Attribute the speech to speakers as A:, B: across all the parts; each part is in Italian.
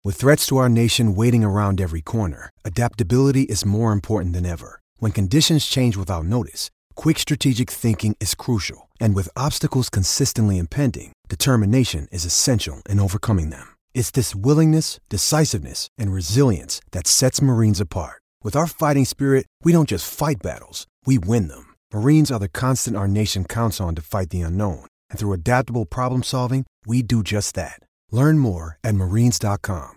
A: With threats to our nation waiting around every corner, adaptability is more important than ever. When conditions change without notice, quick strategic thinking is crucial. And with obstacles consistently impending, determination is essential in overcoming them. It's this willingness, decisiveness, and resilience that sets Marines apart. With our fighting spirit, we don't just fight battles, we win them. Marines are the constant our nation counts on to fight the unknown. And through adaptable problem solving, we do just that. Learn more at marines.com.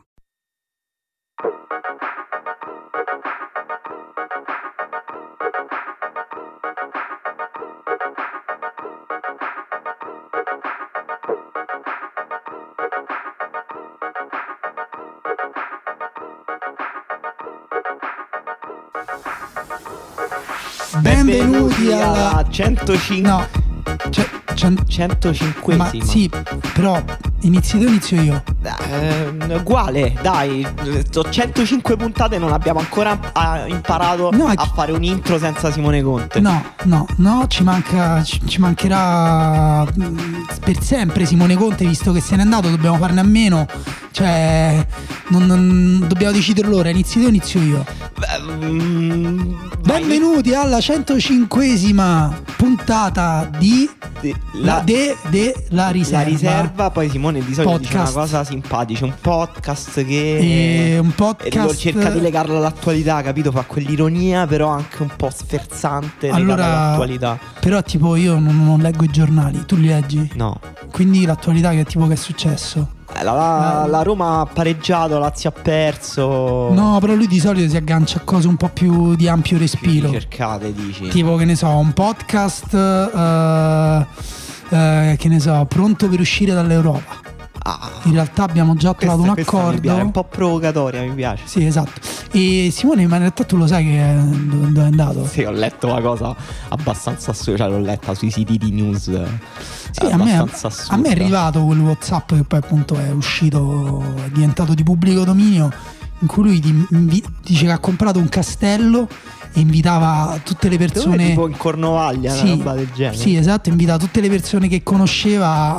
B: Benvenuti alla 105.
C: No,
B: 105esima.
C: Ma sì, però inizio tu, inizio io.
B: Uguale, dai. 105 puntate e non abbiamo ancora imparato a fare un intro senza Simone Conte.
C: No, ci mancherà per sempre Simone Conte, visto che se n'è andato, dobbiamo farne a meno. Cioè, non dobbiamo decidere l'ora. Inizio tu, inizio io. Benvenuti alla 105esima puntata di La Riserva.
B: La Riserva. Poi Simone di solito dice una cosa simpatica, un podcast che cerca di legarlo all'attualità, capito? Fa quell'ironia però anche un po' sferzante all'attualità.
C: Però tipo io non leggo i giornali, tu li leggi?
B: No.
C: Quindi l'attualità che è successo?
B: La Roma ha pareggiato, la Lazio ha perso.
C: No, però lui di solito si aggancia a cose un po' più di ampio respiro.
B: Cercate, dici.
C: Tipo, che ne so, un podcast che ne so, pronto per uscire dall'Europa. In realtà abbiamo già trovato un accordo.
B: È un po' provocatoria, mi piace.
C: Sì, esatto. E Simone, ma in realtà tu lo sai dove è andato?
B: Sì, ho letto una cosa abbastanza assurda, cioè l'ho letta sui siti di news.
C: Sì, a me è arrivato quel WhatsApp che poi appunto è uscito, è diventato di pubblico dominio, in cui lui dice che ha comprato un castello e invitava tutte le persone,
B: tipo in Cornovaglia,
C: sì,
B: una roba del genere.
C: Sì, esatto, invitava tutte le persone che conosceva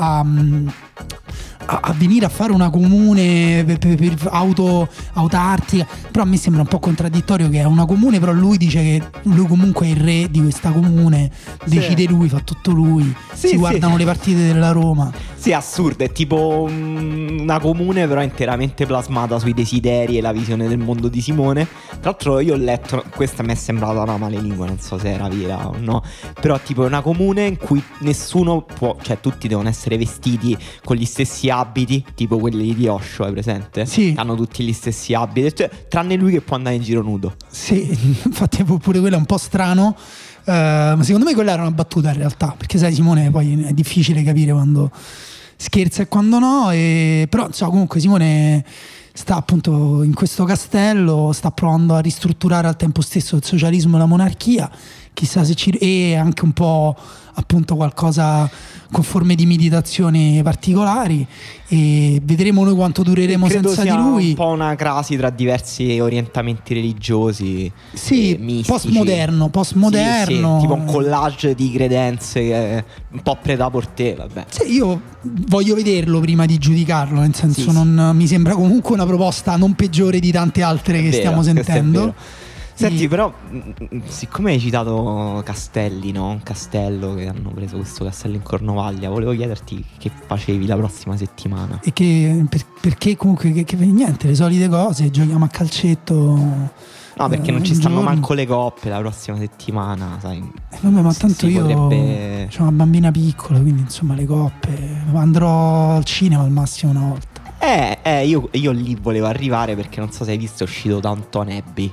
C: a venire a fare una comune per autartica. Però a me sembra un po' contraddittorio che è una comune, però lui dice che lui comunque è il re di questa comune, decide lui, fa tutto lui, si guardano le partite della Roma.
B: Sì, assurdo, è tipo una comune però interamente plasmata sui desideri e la visione del mondo di Simone. Tra l'altro io ho letto, questa mi è sembrata una malelingua, non so se era vera o no, però tipo è una comune in cui nessuno può, cioè tutti devono essere vestiti con gli stessi abiti, tipo quelli di Osho, hai presente?
C: Sì.
B: Hanno tutti gli stessi abiti, cioè, tranne lui che può andare in giro nudo.
C: Sì, infatti pure quello è un po' strano. Ma secondo me quella era una battuta in realtà, perché sai Simone poi è difficile capire quando scherza e quando no, però insomma comunque Simone sta appunto in questo castello, sta provando a ristrutturare al tempo stesso il socialismo e la monarchia, chissà se e anche un po' appunto qualcosa con forme di meditazione particolari, e vedremo noi quanto dureremo senza di lui.
B: Un po' una crasi tra diversi orientamenti religiosi,
C: sì,
B: mistici.
C: postmoderno
B: sì, tipo un collage di credenze che è un po' prêt-à-porter, vabbè.
C: Sì, io voglio vederlo prima di giudicarlo, nel senso mi sembra comunque una proposta non peggiore di tante altre che stiamo sentendo.
B: Senti, però, siccome hai citato castelli, no? Un castello, che hanno preso questo castello in Cornovaglia, volevo chiederti che facevi la prossima settimana.
C: E perché comunque che niente, le solite cose, giochiamo a calcetto.
B: No, perché non ci stanno manco le coppe la prossima settimana, sai.
C: Vabbè, ma tanto io c'ho una bambina piccola, quindi insomma le coppe, andrò al cinema al massimo una volta.
B: Io lì volevo arrivare perché non so se hai visto, è uscito Downton Abbey.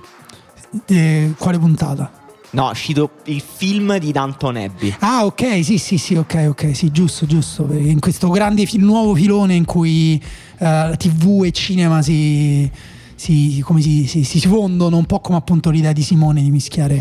C: Quale puntata?
B: No, è uscito il film di Downton Abbey.
C: Ah, ok, sì, ok, sì, giusto, perché in questo grande nuovo filone in cui TV e cinema si fondono, un po' come appunto l'idea di Simone di mischiare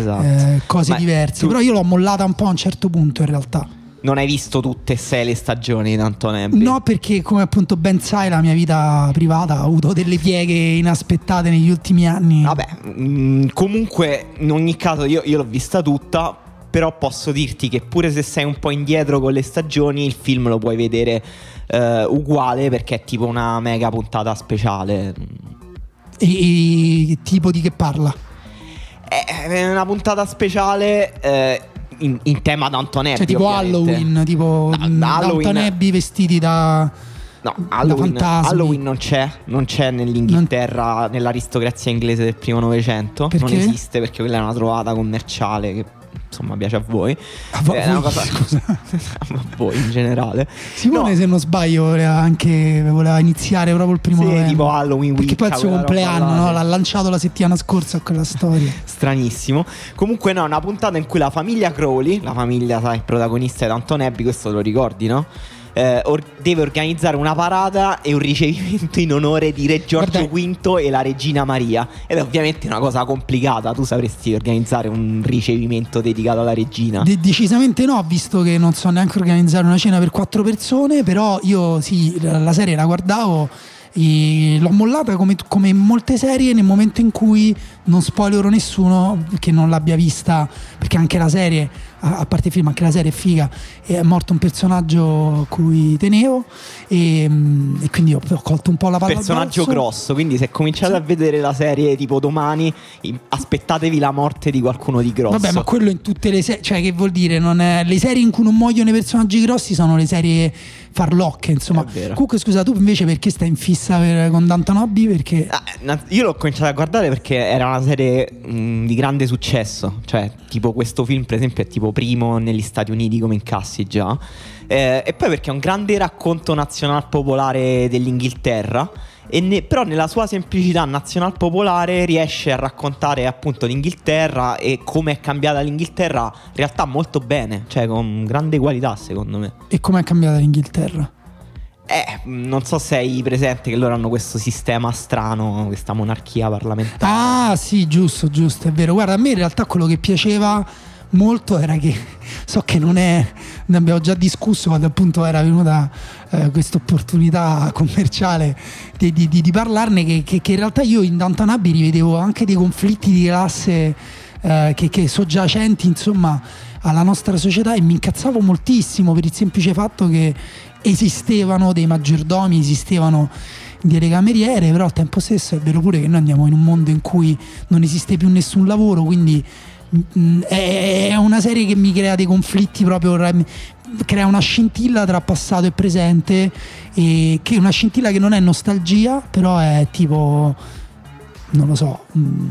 C: cose diverse. Però io l'ho mollata un po' a un certo punto in realtà.
B: Non hai visto tutte e 6 le stagioni di Downton Abbey?
C: No, perché come appunto ben sai la mia vita privata ha avuto delle pieghe inaspettate negli ultimi anni.
B: Vabbè, comunque in ogni caso io l'ho vista tutta. però posso dirti che pure se sei un po' indietro con le stagioni, il film lo puoi vedere uguale, perché è tipo una mega puntata speciale.
C: E tipo di che parla?
B: È una puntata speciale in tema Downton Abbey,
C: cioè tipo
B: ovviamente.
C: Halloween, tipo Downton Abbey vestiti da...
B: No,
C: da fantasmi.
B: Halloween non c'è nell'Inghilterra, nell'aristocrazia inglese del primo Novecento.
C: Perché?
B: Non esiste, perché quella è una trovata commerciale che insomma piace a voi.
C: A voi,
B: È una cosa...
C: scusa.
B: A voi in generale.
C: Simone,
B: No.
C: se non sbaglio, voleva iniziare proprio il primo
B: Sì,
C: novembre.
B: tipo Halloween
C: Perché poi è il suo
B: Wicca, quella
C: compleanno,
B: roba là,
C: no? L'ha lanciato la settimana scorsa a quella storia.
B: stranissimo. Comunque no, una puntata in cui la famiglia Crowley, la famiglia, sai, protagonista di Downton Abbey, questo lo ricordi, no? Deve organizzare una parata e un ricevimento in onore di Re Giorgio V e la regina Maria. Ed è ovviamente una cosa complicata. Tu sapresti organizzare un ricevimento dedicato alla regina?
C: Decisamente no, visto che non so neanche organizzare una cena per 4 persone. Però io sì, la serie la guardavo e l'ho mollata come molte serie nel momento in cui, non spoilerò nessuno che non l'abbia vista, perché anche la serie, a parte il film, anche la serie è figa, è morto un personaggio a cui tenevo e quindi ho colto un po' la palla
B: Personaggio
C: al balzo.
B: grosso. Quindi se cominciate a vedere la serie tipo domani, aspettatevi la morte di qualcuno di grosso.
C: Vabbè, ma quello in tutte le serie, cioè che vuol dire, non è... le serie in cui non muoiono i personaggi grossi sono le serie farlocche, insomma.
B: È vero.
C: Comunque scusa, tu invece perché stai in fissa con Downton Abbey? Perché
B: Io l'ho cominciato a guardare perché era una serie di grande successo. Cioè, tipo questo film per esempio è tipo primo negli Stati Uniti come incassi già. E poi perché è un grande racconto nazional popolare dell'Inghilterra. Però nella sua semplicità nazional popolare riesce a raccontare appunto l'Inghilterra e come è cambiata l'Inghilterra in realtà molto bene. Cioè con grande qualità secondo me.
C: e com'è cambiata l'Inghilterra?
B: Non so se hai presente che loro hanno questo sistema strano, questa monarchia parlamentare.
C: Ah sì, giusto, è vero. Guarda, a me in realtà quello che piaceva molto era che, so che non è, ne abbiamo già discusso quando appunto era venuta questa opportunità commerciale di parlarne, che in realtà io in Downton Abbey rivedevo anche dei conflitti di classe che soggiacenti insomma alla nostra società, e mi incazzavo moltissimo per il semplice fatto che esistevano dei maggiordomi, esistevano delle cameriere, però al tempo stesso è vero pure che noi andiamo in un mondo in cui non esiste più nessun lavoro, quindi è una serie che mi crea dei conflitti, proprio crea una scintilla tra passato e presente, e che è una scintilla che non è nostalgia, però è tipo, non lo so,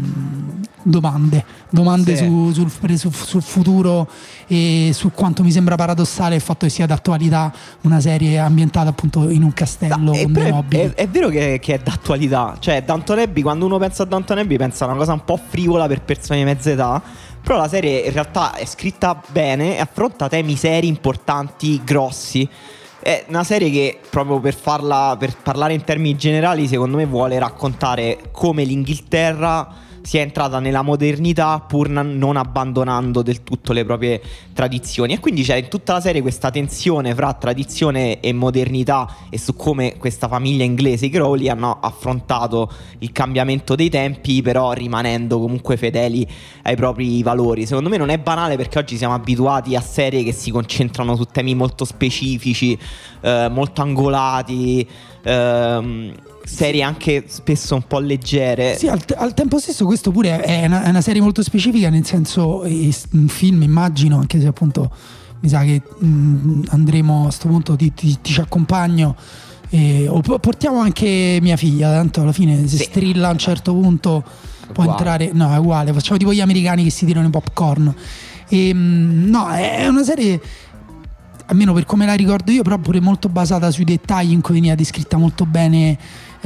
C: domande sì, sul futuro, e su quanto mi sembra paradossale il fatto che sia d'attualità una serie ambientata appunto in un castello con dei nobili.
B: È vero che è d'attualità. Cioè Downton Abbey, quando uno pensa a Downton Abbey pensa a una cosa un po' frivola per persone di mezza età, però la serie in realtà è scritta bene e affronta temi seri, importanti, grossi. È una serie che, proprio per parlare in termini generali, secondo me vuole raccontare come l'Inghilterra sia entrata nella modernità pur non abbandonando del tutto le proprie tradizioni. E quindi c'è in tutta la serie questa tensione fra tradizione e modernità, e su come questa famiglia inglese, i Crowley, hanno affrontato il cambiamento dei tempi, però rimanendo comunque fedeli ai propri valori. Secondo me non è banale, perché oggi siamo abituati a serie che si concentrano su temi molto specifici, molto angolati, serie anche spesso un po' leggere.
C: Sì, al tempo stesso questo pure è una serie molto specifica, nel senso, un film immagino, anche se appunto mi sa che andremo a questo punto, ti ci accompagno, o portiamo anche mia figlia, tanto alla fine se strilla a un certo punto può entrare. No, è uguale, facciamo tipo gli americani che si tirano i popcorn. No, è una serie, almeno per come la ricordo io, però pure molto basata sui dettagli, in cui veniva descritta molto bene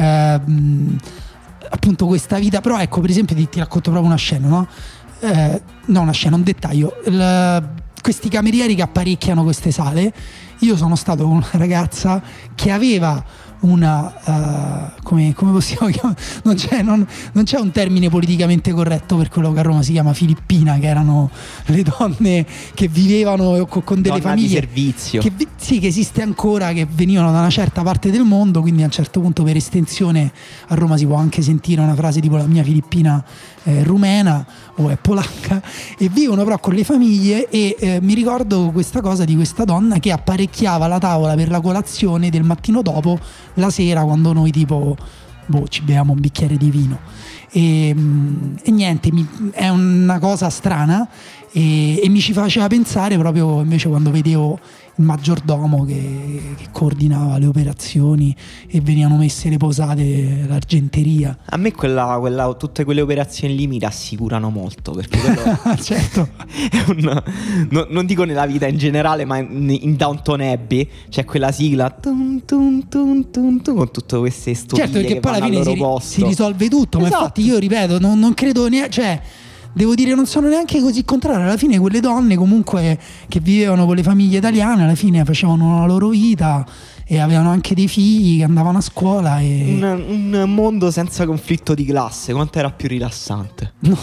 C: appunto questa vita. Però ecco, per esempio ti racconto proprio una scena, no? Un dettaglio. Questi camerieri che apparecchiano queste sale, io sono stato con una ragazza che aveva una come possiamo chiamare, non c'è un termine politicamente corretto per quello che a Roma si chiama filippina, che erano le donne che vivevano con delle famiglie
B: di servizio,
C: che esiste ancora, che venivano da una certa parte del mondo, quindi a un certo punto per estensione a Roma si può anche sentire una frase tipo la mia filippina è rumena o è polacca, e vivono però con le famiglie. E mi ricordo questa cosa di questa donna che apparecchiava la tavola per la colazione del mattino dopo, la sera, quando noi tipo ci beviamo un bicchiere di vino, e niente, è una cosa strana, e mi ci faceva pensare proprio invece quando vedevo il maggiordomo che coordinava le operazioni e venivano messe le posate, l'argenteria.
B: A me tutte quelle operazioni lì mi rassicurano molto, perché
C: certo.
B: è non dico nella vita in generale, ma in Downton Abbey c'è quella sigla con tutte queste stupide,
C: certo, perché
B: che
C: poi alla fine si risolve tutto.
B: Esatto.
C: Ma infatti io ripeto, non credo cioè devo dire, non sono neanche così contrario. Alla fine quelle donne comunque che vivevano con le famiglie italiane, alla fine facevano la loro vita e avevano anche dei figli che andavano a scuola
B: un mondo senza conflitto di classe. Quanto era più rilassante?
C: No.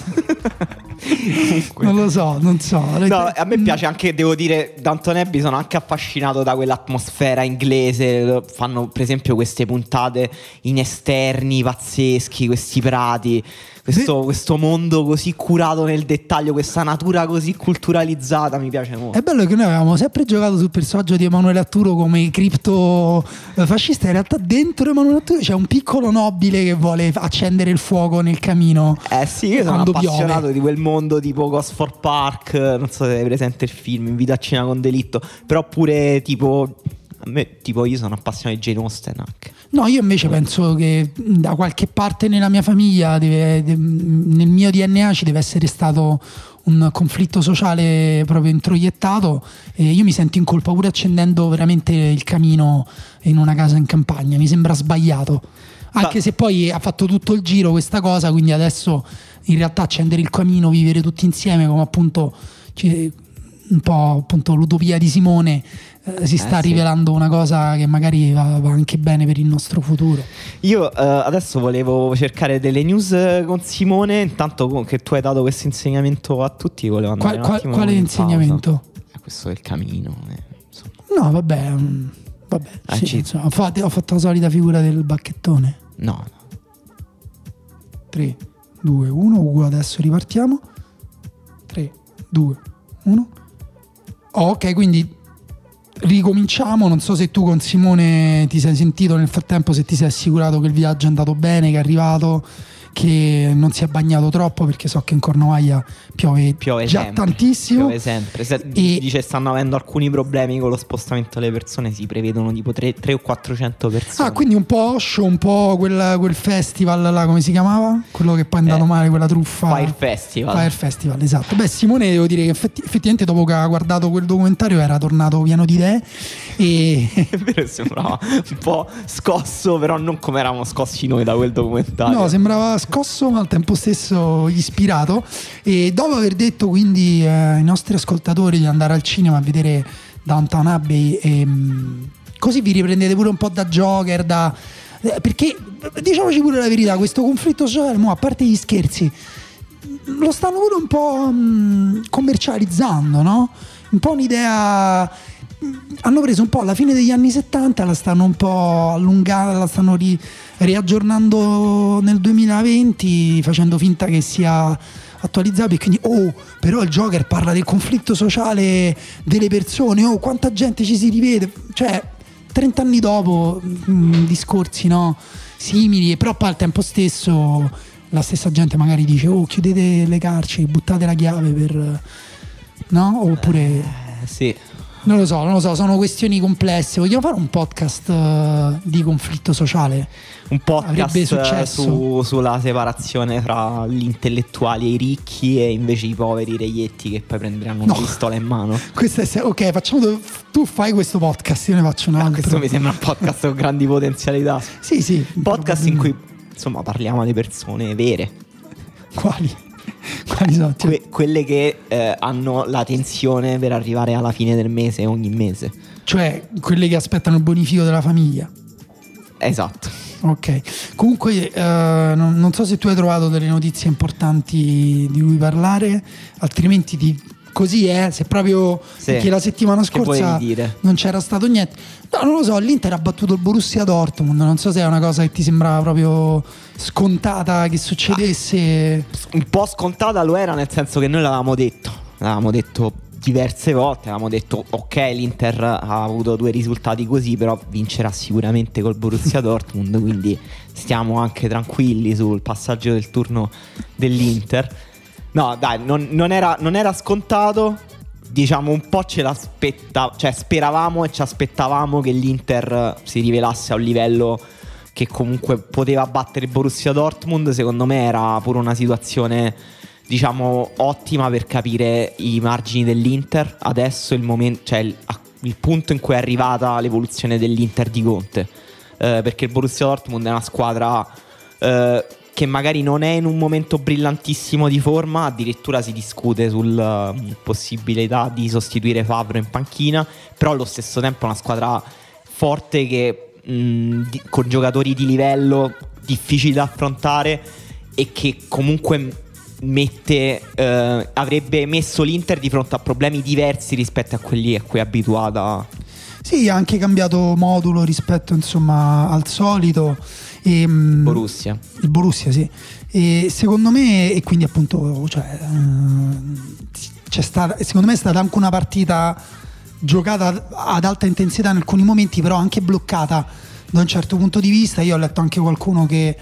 C: Non lo so, non so.
B: No, a me piace anche, devo dire, Downton Abbey, sono anche affascinato da quell'atmosfera inglese. Fanno per esempio queste puntate in esterni pazzeschi, questi prati, questo mondo così curato nel dettaglio, questa natura così culturalizzata, mi piace molto.
C: È bello che noi avevamo sempre giocato sul personaggio di Emanuele Atturo come cripto fascista. In realtà dentro Emanuele Atturo c'è un piccolo nobile che vuole accendere il fuoco nel camino.
B: Sì, io sono appassionato
C: piove.
B: di quel mondo tipo Gosford Park, non so se hai presente il film Invito a cena con delitto, però pure tipo a me, tipo, io sono appassionato di Jane Austen anche.
C: No, io invece penso che da qualche parte nella mia famiglia, nel mio DNA ci deve essere stato un conflitto sociale proprio introiettato, e io mi sento in colpa pure accendendo veramente il camino in una casa in campagna. Mi sembra sbagliato, anche se poi ha fatto tutto il giro questa cosa, quindi adesso in realtà accendere il camino, vivere tutti insieme, come appunto un po' appunto l'utopia di Simone, si sta rivelando una cosa che magari va anche bene per il nostro futuro.
B: Io adesso volevo cercare delle news con Simone, intanto che tu hai dato questo insegnamento a tutti, volevo andare un attimo
C: quale insegnamento?
B: Questo del camino,
C: no vabbè sì, insomma, ho fatto la solita figura del bacchettone.
B: No
C: 3, 2, 1, adesso ripartiamo. 3, 2, 1. Ok, quindi ricominciamo. Non so se tu con Simone ti sei sentito nel frattempo, se ti sei assicurato che il viaggio è andato bene, che è arrivato, che non si è bagnato troppo, perché so che in Cornovaglia piove già
B: sempre,
C: tantissimo.
B: Piove sempre. Dice stanno avendo alcuni problemi con lo spostamento delle persone, si prevedono tipo 300 o 400 persone.
C: Quindi un po' Osho, un po' quel festival là, come si chiamava? Quello che poi è andato male, quella truffa.
B: Fire Festival,
C: esatto. Beh, Simone, devo dire che effettivamente dopo che ha guardato quel documentario era tornato pieno di idee e
B: è vero, sembrava un po' scosso, però non come eravamo scossi noi da quel documentario.
C: No, sembrava scosso ma al tempo stesso ispirato. E dopo aver detto quindi ai nostri ascoltatori di andare al cinema a vedere Downton Abbey, così vi riprendete pure un po' da Joker, perché diciamoci pure la verità, questo conflitto sociale, a parte gli scherzi, lo stanno pure un po' commercializzando, no? Un po' un'idea. Hanno preso un po' alla fine degli anni 70, la stanno un po' allungata, la stanno riaggiornando nel 2020, facendo finta che sia attualizzabile. Quindi però il Joker parla del conflitto sociale delle persone, quanta gente ci si rivede, cioè 30 anni dopo discorsi, no, simili, però poi al tempo stesso la stessa gente magari dice chiudete le carceri, buttate la chiave per, no? Oppure
B: sì.
C: Non lo so, sono questioni complesse. Vogliamo fare un podcast di conflitto sociale?
B: Un podcast sulla separazione fra gli intellettuali e i ricchi e invece i poveri reietti che poi prenderanno una pistola in mano.
C: Ok, facciamo. Tu fai questo podcast, io ne faccio un altro.
B: Questo mi sembra un podcast con grandi potenzialità.
C: Sì.
B: Un podcast in cui insomma parliamo di persone vere.
C: Quali sono?
B: Quelle che hanno la tensione per arrivare alla fine del mese ogni mese.
C: Cioè quelle che aspettano il bonifico della famiglia.
B: Esatto.
C: Ok, comunque non so se tu hai trovato delle notizie importanti di cui parlare, altrimenti così se proprio
B: Sì.
C: Perché la settimana
B: Che
C: scorsa
B: volevi dire?
C: non c'era stato niente. No, non lo so, l'Inter ha battuto il Borussia Dortmund, non so se è una cosa che ti sembrava proprio scontata che succedesse.
B: Un po' scontata lo era, nel senso che noi l'avevamo detto diverse volte, avevamo detto ok, l'Inter ha avuto 2 risultati così, però vincerà sicuramente col Borussia Dortmund, quindi stiamo anche tranquilli sul passaggio del turno dell'Inter. No dai, non era scontato, diciamo un po' cioè speravamo e ci aspettavamo che l'Inter si rivelasse a un livello che comunque poteva battere il Borussia Dortmund. Secondo me era pure una situazione, diciamo, ottima per capire i margini dell'Inter. Adesso è il momento, cioè il punto in cui è arrivata l'evoluzione dell'Inter di Conte, perché il Borussia Dortmund è una squadra che magari non è in un momento brillantissimo di forma, addirittura si discute sulla possibilità di sostituire Favre in panchina, però allo stesso tempo è una squadra forte che con giocatori di livello difficili da affrontare e che comunque avrebbe messo l'Inter di fronte a problemi diversi rispetto a quelli a cui è abituata.
C: Sì, ha anche cambiato modulo rispetto insomma al solito.
B: Borussia.
C: Il Borussia, sì. E secondo me, e quindi appunto, cioè, secondo me è stata anche una partita giocata ad alta intensità in alcuni momenti, però anche bloccata da un certo punto di vista. Io ho letto anche qualcuno che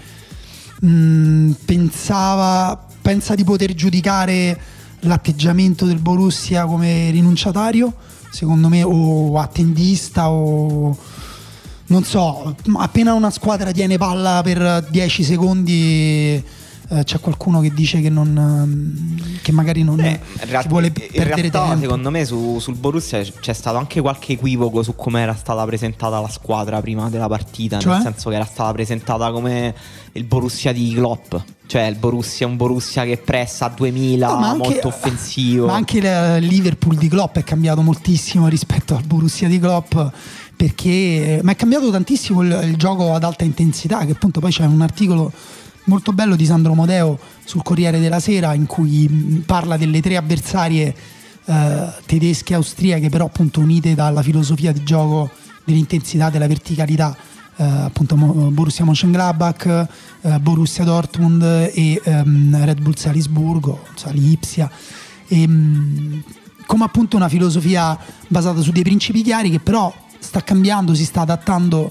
C: pensa di poter giudicare l'atteggiamento del Borussia come rinunciatario, secondo me, o attendista, o non so, appena una squadra tiene palla per 10 secondi c'è qualcuno che dice che magari non vuole perdere tempo.
B: Secondo me sul Borussia c'è stato anche qualche equivoco su come era stata presentata la squadra prima della partita,
C: cioè?
B: Nel senso che era stata presentata come il Borussia di Klopp, cioè un Borussia che pressa a 2000, molto offensivo.
C: Ma anche il Liverpool di Klopp è cambiato moltissimo rispetto al Borussia di Klopp, perché è cambiato tantissimo il gioco ad alta intensità, che appunto poi c'è un articolo molto bello di Sandro Modeo sul Corriere della Sera in cui parla delle 3 avversarie tedesche e austriache, però appunto unite dalla filosofia di gioco dell'intensità, della verticalità, appunto Borussia Mönchengladbach, Borussia Dortmund e Red Bull Salisburgo, Lipsia, e come appunto una filosofia basata su dei principi chiari che però sta cambiando, si sta adattando,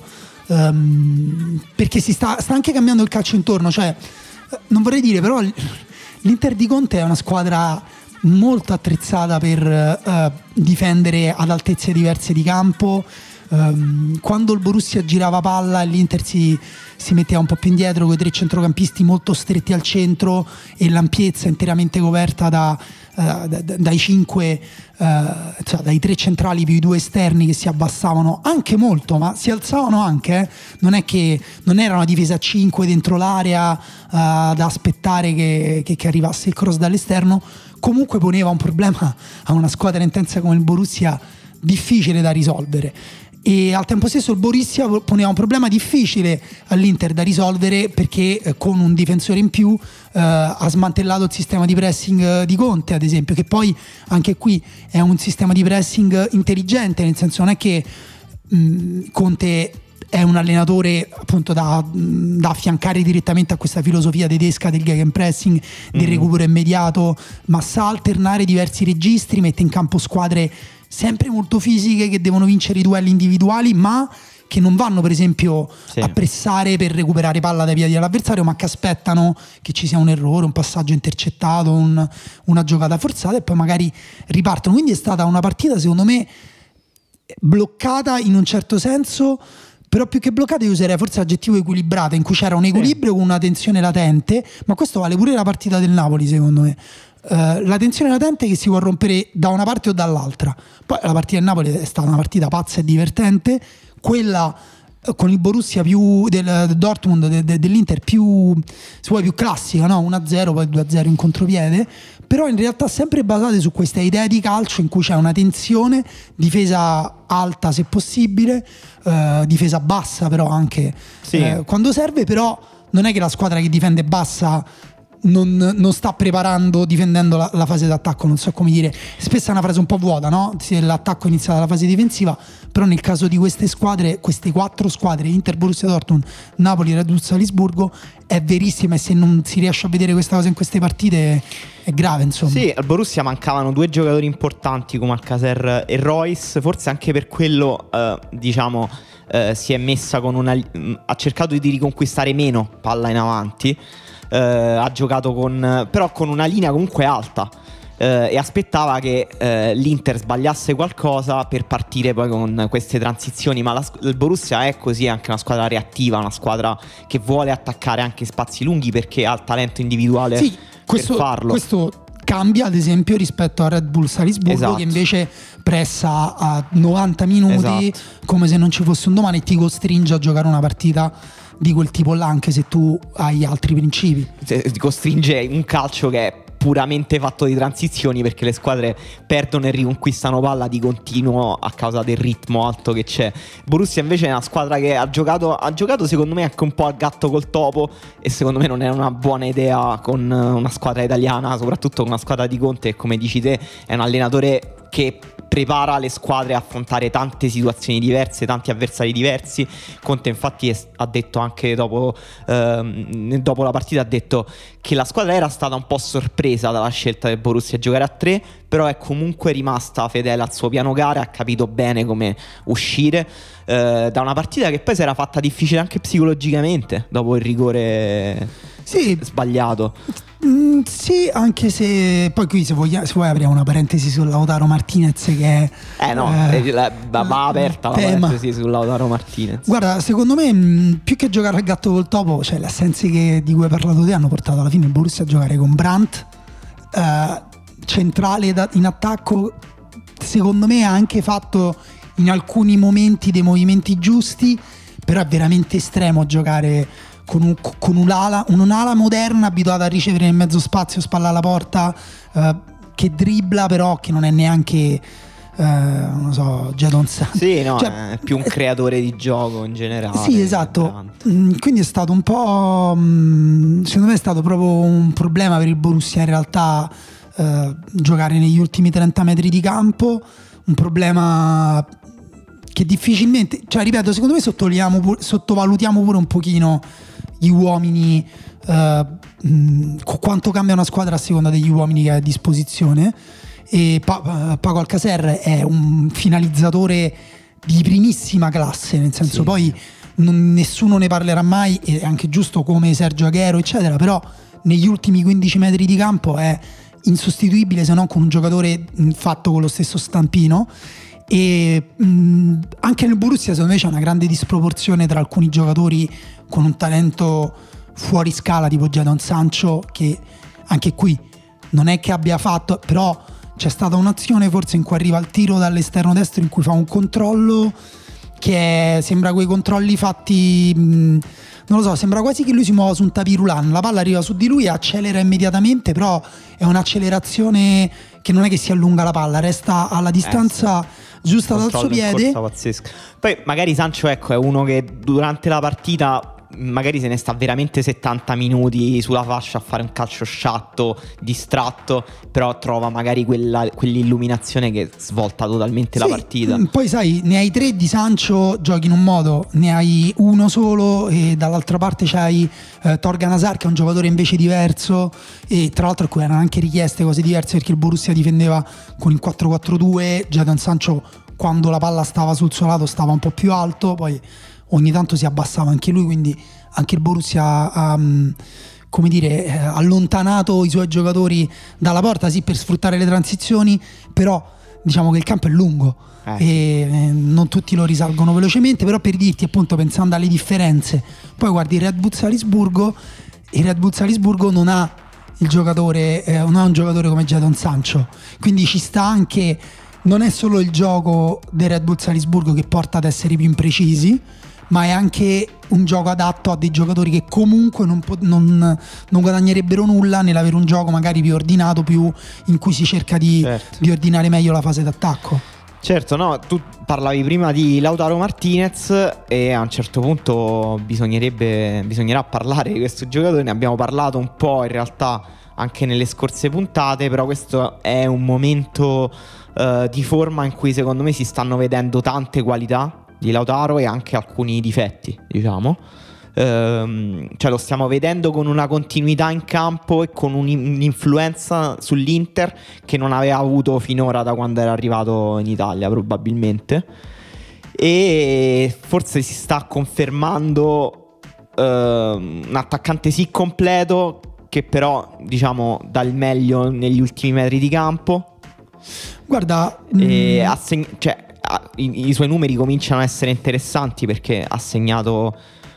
C: perché si sta anche cambiando il calcio intorno. Cioè, non vorrei dire, però l'Inter di Conte è una squadra molto attrezzata per difendere ad altezze diverse di campo. Quando il Borussia girava palla, l'Inter si metteva un po' più indietro con i 3 centrocampisti molto stretti al centro e l'ampiezza interamente coperta dai 5, cioè dai 3 centrali più i 2 esterni che si abbassavano anche molto, ma si alzavano anche, non è che non era una difesa a 5 dentro l'area da aspettare che arrivasse il cross dall'esterno. Comunque poneva un problema a una squadra intensa come il Borussia difficile da risolvere, e al tempo stesso il Borussia poneva un problema difficile all'Inter da risolvere, perché con un difensore in più ha smantellato il sistema di pressing di Conte, ad esempio, che poi anche qui è un sistema di pressing intelligente, nel senso non è che Conte è un allenatore appunto da affiancare direttamente a questa filosofia tedesca del gegenpressing, del recupero immediato, ma sa alternare diversi registri, mette in campo squadre sempre molto fisiche che devono vincere i duelli individuali, ma che non vanno per esempio a pressare per recuperare palla dai piedi dell'avversario, ma che aspettano che ci sia un errore, un passaggio intercettato, una giocata forzata, e poi magari ripartono. Quindi è stata una partita secondo me bloccata in un certo senso, però più che bloccata io userei forse l'aggettivo equilibrata, in cui c'era un equilibrio con una tensione latente, ma questo vale pure la partita del Napoli secondo me. La tensione latente che si può rompere da una parte o dall'altra. Poi la partita del Napoli è stata una partita pazza e divertente, quella con il Borussia più del Dortmund, dell'Inter più, se vuoi, più classica, no? 1-0, poi 2-0 in contropiede, però in realtà sempre basate su questa idea di calcio in cui c'è una tensione, difesa alta se possibile, difesa bassa però anche quando serve, però non è che la squadra che difende bassa non sta preparando, difendendo la fase d'attacco, non so come dire, spesso è una frase un po' vuota, no? L'attacco inizia dalla fase difensiva, però nel caso di queste squadre, queste 4 squadre, Inter, Borussia Dortmund, Napoli, Red Bull Salisburgo, è verissima, e se non si riesce a vedere questa cosa in queste partite è grave, insomma. Sì,
B: al Borussia mancavano 2 giocatori importanti come Alcacer e Royce, forse anche per quello si è messa con ha cercato di riconquistare meno palla in avanti. Ha giocato però con una linea comunque alta, e aspettava che l'Inter sbagliasse qualcosa per partire poi con queste transizioni, ma il Borussia è così, è anche una squadra reattiva, una squadra che vuole attaccare anche spazi lunghi perché ha il talento individuale per farlo.
C: Questo cambia ad esempio rispetto a Red Bull Salisburgo, esatto, che invece pressa a 90 minuti, esatto, come se non ci fosse un domani, e ti costringe a giocare una partita di quel tipo là, anche se tu hai altri principi.
B: Ti costringe un calcio che è puramente fatto di transizioni, perché le squadre perdono e riconquistano palla di continuo a causa del ritmo alto che c'è. Borussia invece è una squadra che ha giocato secondo me anche un po' a gatto col topo, e secondo me non è una buona idea con una squadra italiana, soprattutto con una squadra di Conte che, come dici te, è un allenatore che prepara le squadre a affrontare tante situazioni diverse, tanti avversari diversi. Conte infatti ha detto anche dopo la partita, ha detto che la squadra era stata un po' sorpresa dalla scelta del Borussia di giocare a 3, però è comunque rimasta fedele al suo piano gara, ha capito bene come uscire da una partita che poi si era fatta difficile anche psicologicamente dopo il rigore sbagliato.
C: Sì, anche se poi qui se vuoi apriamo una parentesi su Lautaro Martinez, che è
B: va aperta la parentesi su Lautaro Martinez.
C: Guarda, secondo me più che giocare a gatto col topo, cioè le assenze di cui hai parlato te hanno portato alla fine il Borussia a giocare con Brandt centrale in attacco. Secondo me ha anche fatto in alcuni momenti dei movimenti giusti, però è veramente estremo giocare con un'ala moderna abituata a ricevere nel mezzo spazio, spalla alla porta, che dribbla, però che non è neanche non so, Jadon Sancho.
B: Sì, no, è più un creatore di gioco in generale.
C: Sì, esatto. Quindi è stato un po', secondo me è stato proprio un problema per il Borussia in realtà giocare negli ultimi 30 metri di campo, un problema che difficilmente, cioè ripeto, secondo me sottovalutiamo pure un pochino gli uomini, quanto cambia una squadra a seconda degli uomini che ha a disposizione. E Paco Alcacer è un finalizzatore di primissima classe, nel senso, sì, poi nessuno ne parlerà mai, e è anche giusto, come Sergio Aguero eccetera, però negli ultimi 15 metri di campo è insostituibile, se non con un giocatore fatto con lo stesso stampino. E anche nel Borussia secondo me c'è una grande disproporzione tra alcuni giocatori con un talento fuori scala tipo Jadon Sancho, che anche qui non è che abbia fatto, però c'è stata un'azione forse in cui arriva al tiro dall'esterno destro in cui fa un controllo che sembra quei controlli fatti, non lo so, sembra quasi che lui si muova su un tapirulan, la palla arriva su di lui e accelera immediatamente, però è un'accelerazione che non è che si allunga la palla, resta alla distanza giusta dal suo piede.
B: Poi magari Sancho, ecco, è uno che durante la partita magari se ne sta veramente 70 minuti sulla fascia a fare un calcio sciatto, distratto, però trova magari quell'illuminazione che svolta totalmente la partita.
C: Poi sai, ne hai 3 di Sancho, giochi in un modo, ne hai uno solo e dall'altra parte c'hai Torgan Hazard, che è un giocatore invece diverso, e tra l'altro a cui erano anche richieste cose diverse, perché il Borussia difendeva con il 4-4-2, Jadon Sancho quando la palla stava sul suo lato stava un po' più alto, poi ogni tanto si abbassava anche lui, quindi anche il Borussia ha, come dire, allontanato i suoi giocatori dalla porta, sì, per sfruttare le transizioni, però diciamo che il campo è lungo e non tutti lo risalgono velocemente, però per dirti, appunto, pensando alle differenze, poi guardi il Red Bull Salisburgo non ha il giocatore, non ha un giocatore come Jadon Sancho, quindi ci sta anche, non è solo il gioco del Red Bull Salisburgo che porta ad essere più imprecisi, ma è anche un gioco adatto a dei giocatori che comunque non guadagnerebbero nulla nell'avere un gioco magari più ordinato, più in cui si cerca di ordinare meglio la fase d'attacco.
B: Certo, no, tu parlavi prima di Lautaro Martinez e a un certo punto bisognerà parlare di questo giocatore. Ne abbiamo parlato un po' in realtà anche nelle scorse puntate, però questo è un momento di forma in cui secondo me si stanno vedendo tante qualità di Lautaro e anche alcuni difetti, diciamo. Cioè lo stiamo vedendo con una continuità in campo e con un'influenza sull'Inter che non aveva avuto finora da quando era arrivato in Italia, probabilmente, e forse si sta confermando un attaccante sì completo, che però diciamo dà il meglio negli ultimi metri di campo.
C: Guarda,
B: i suoi numeri cominciano a essere interessanti perché ha segnato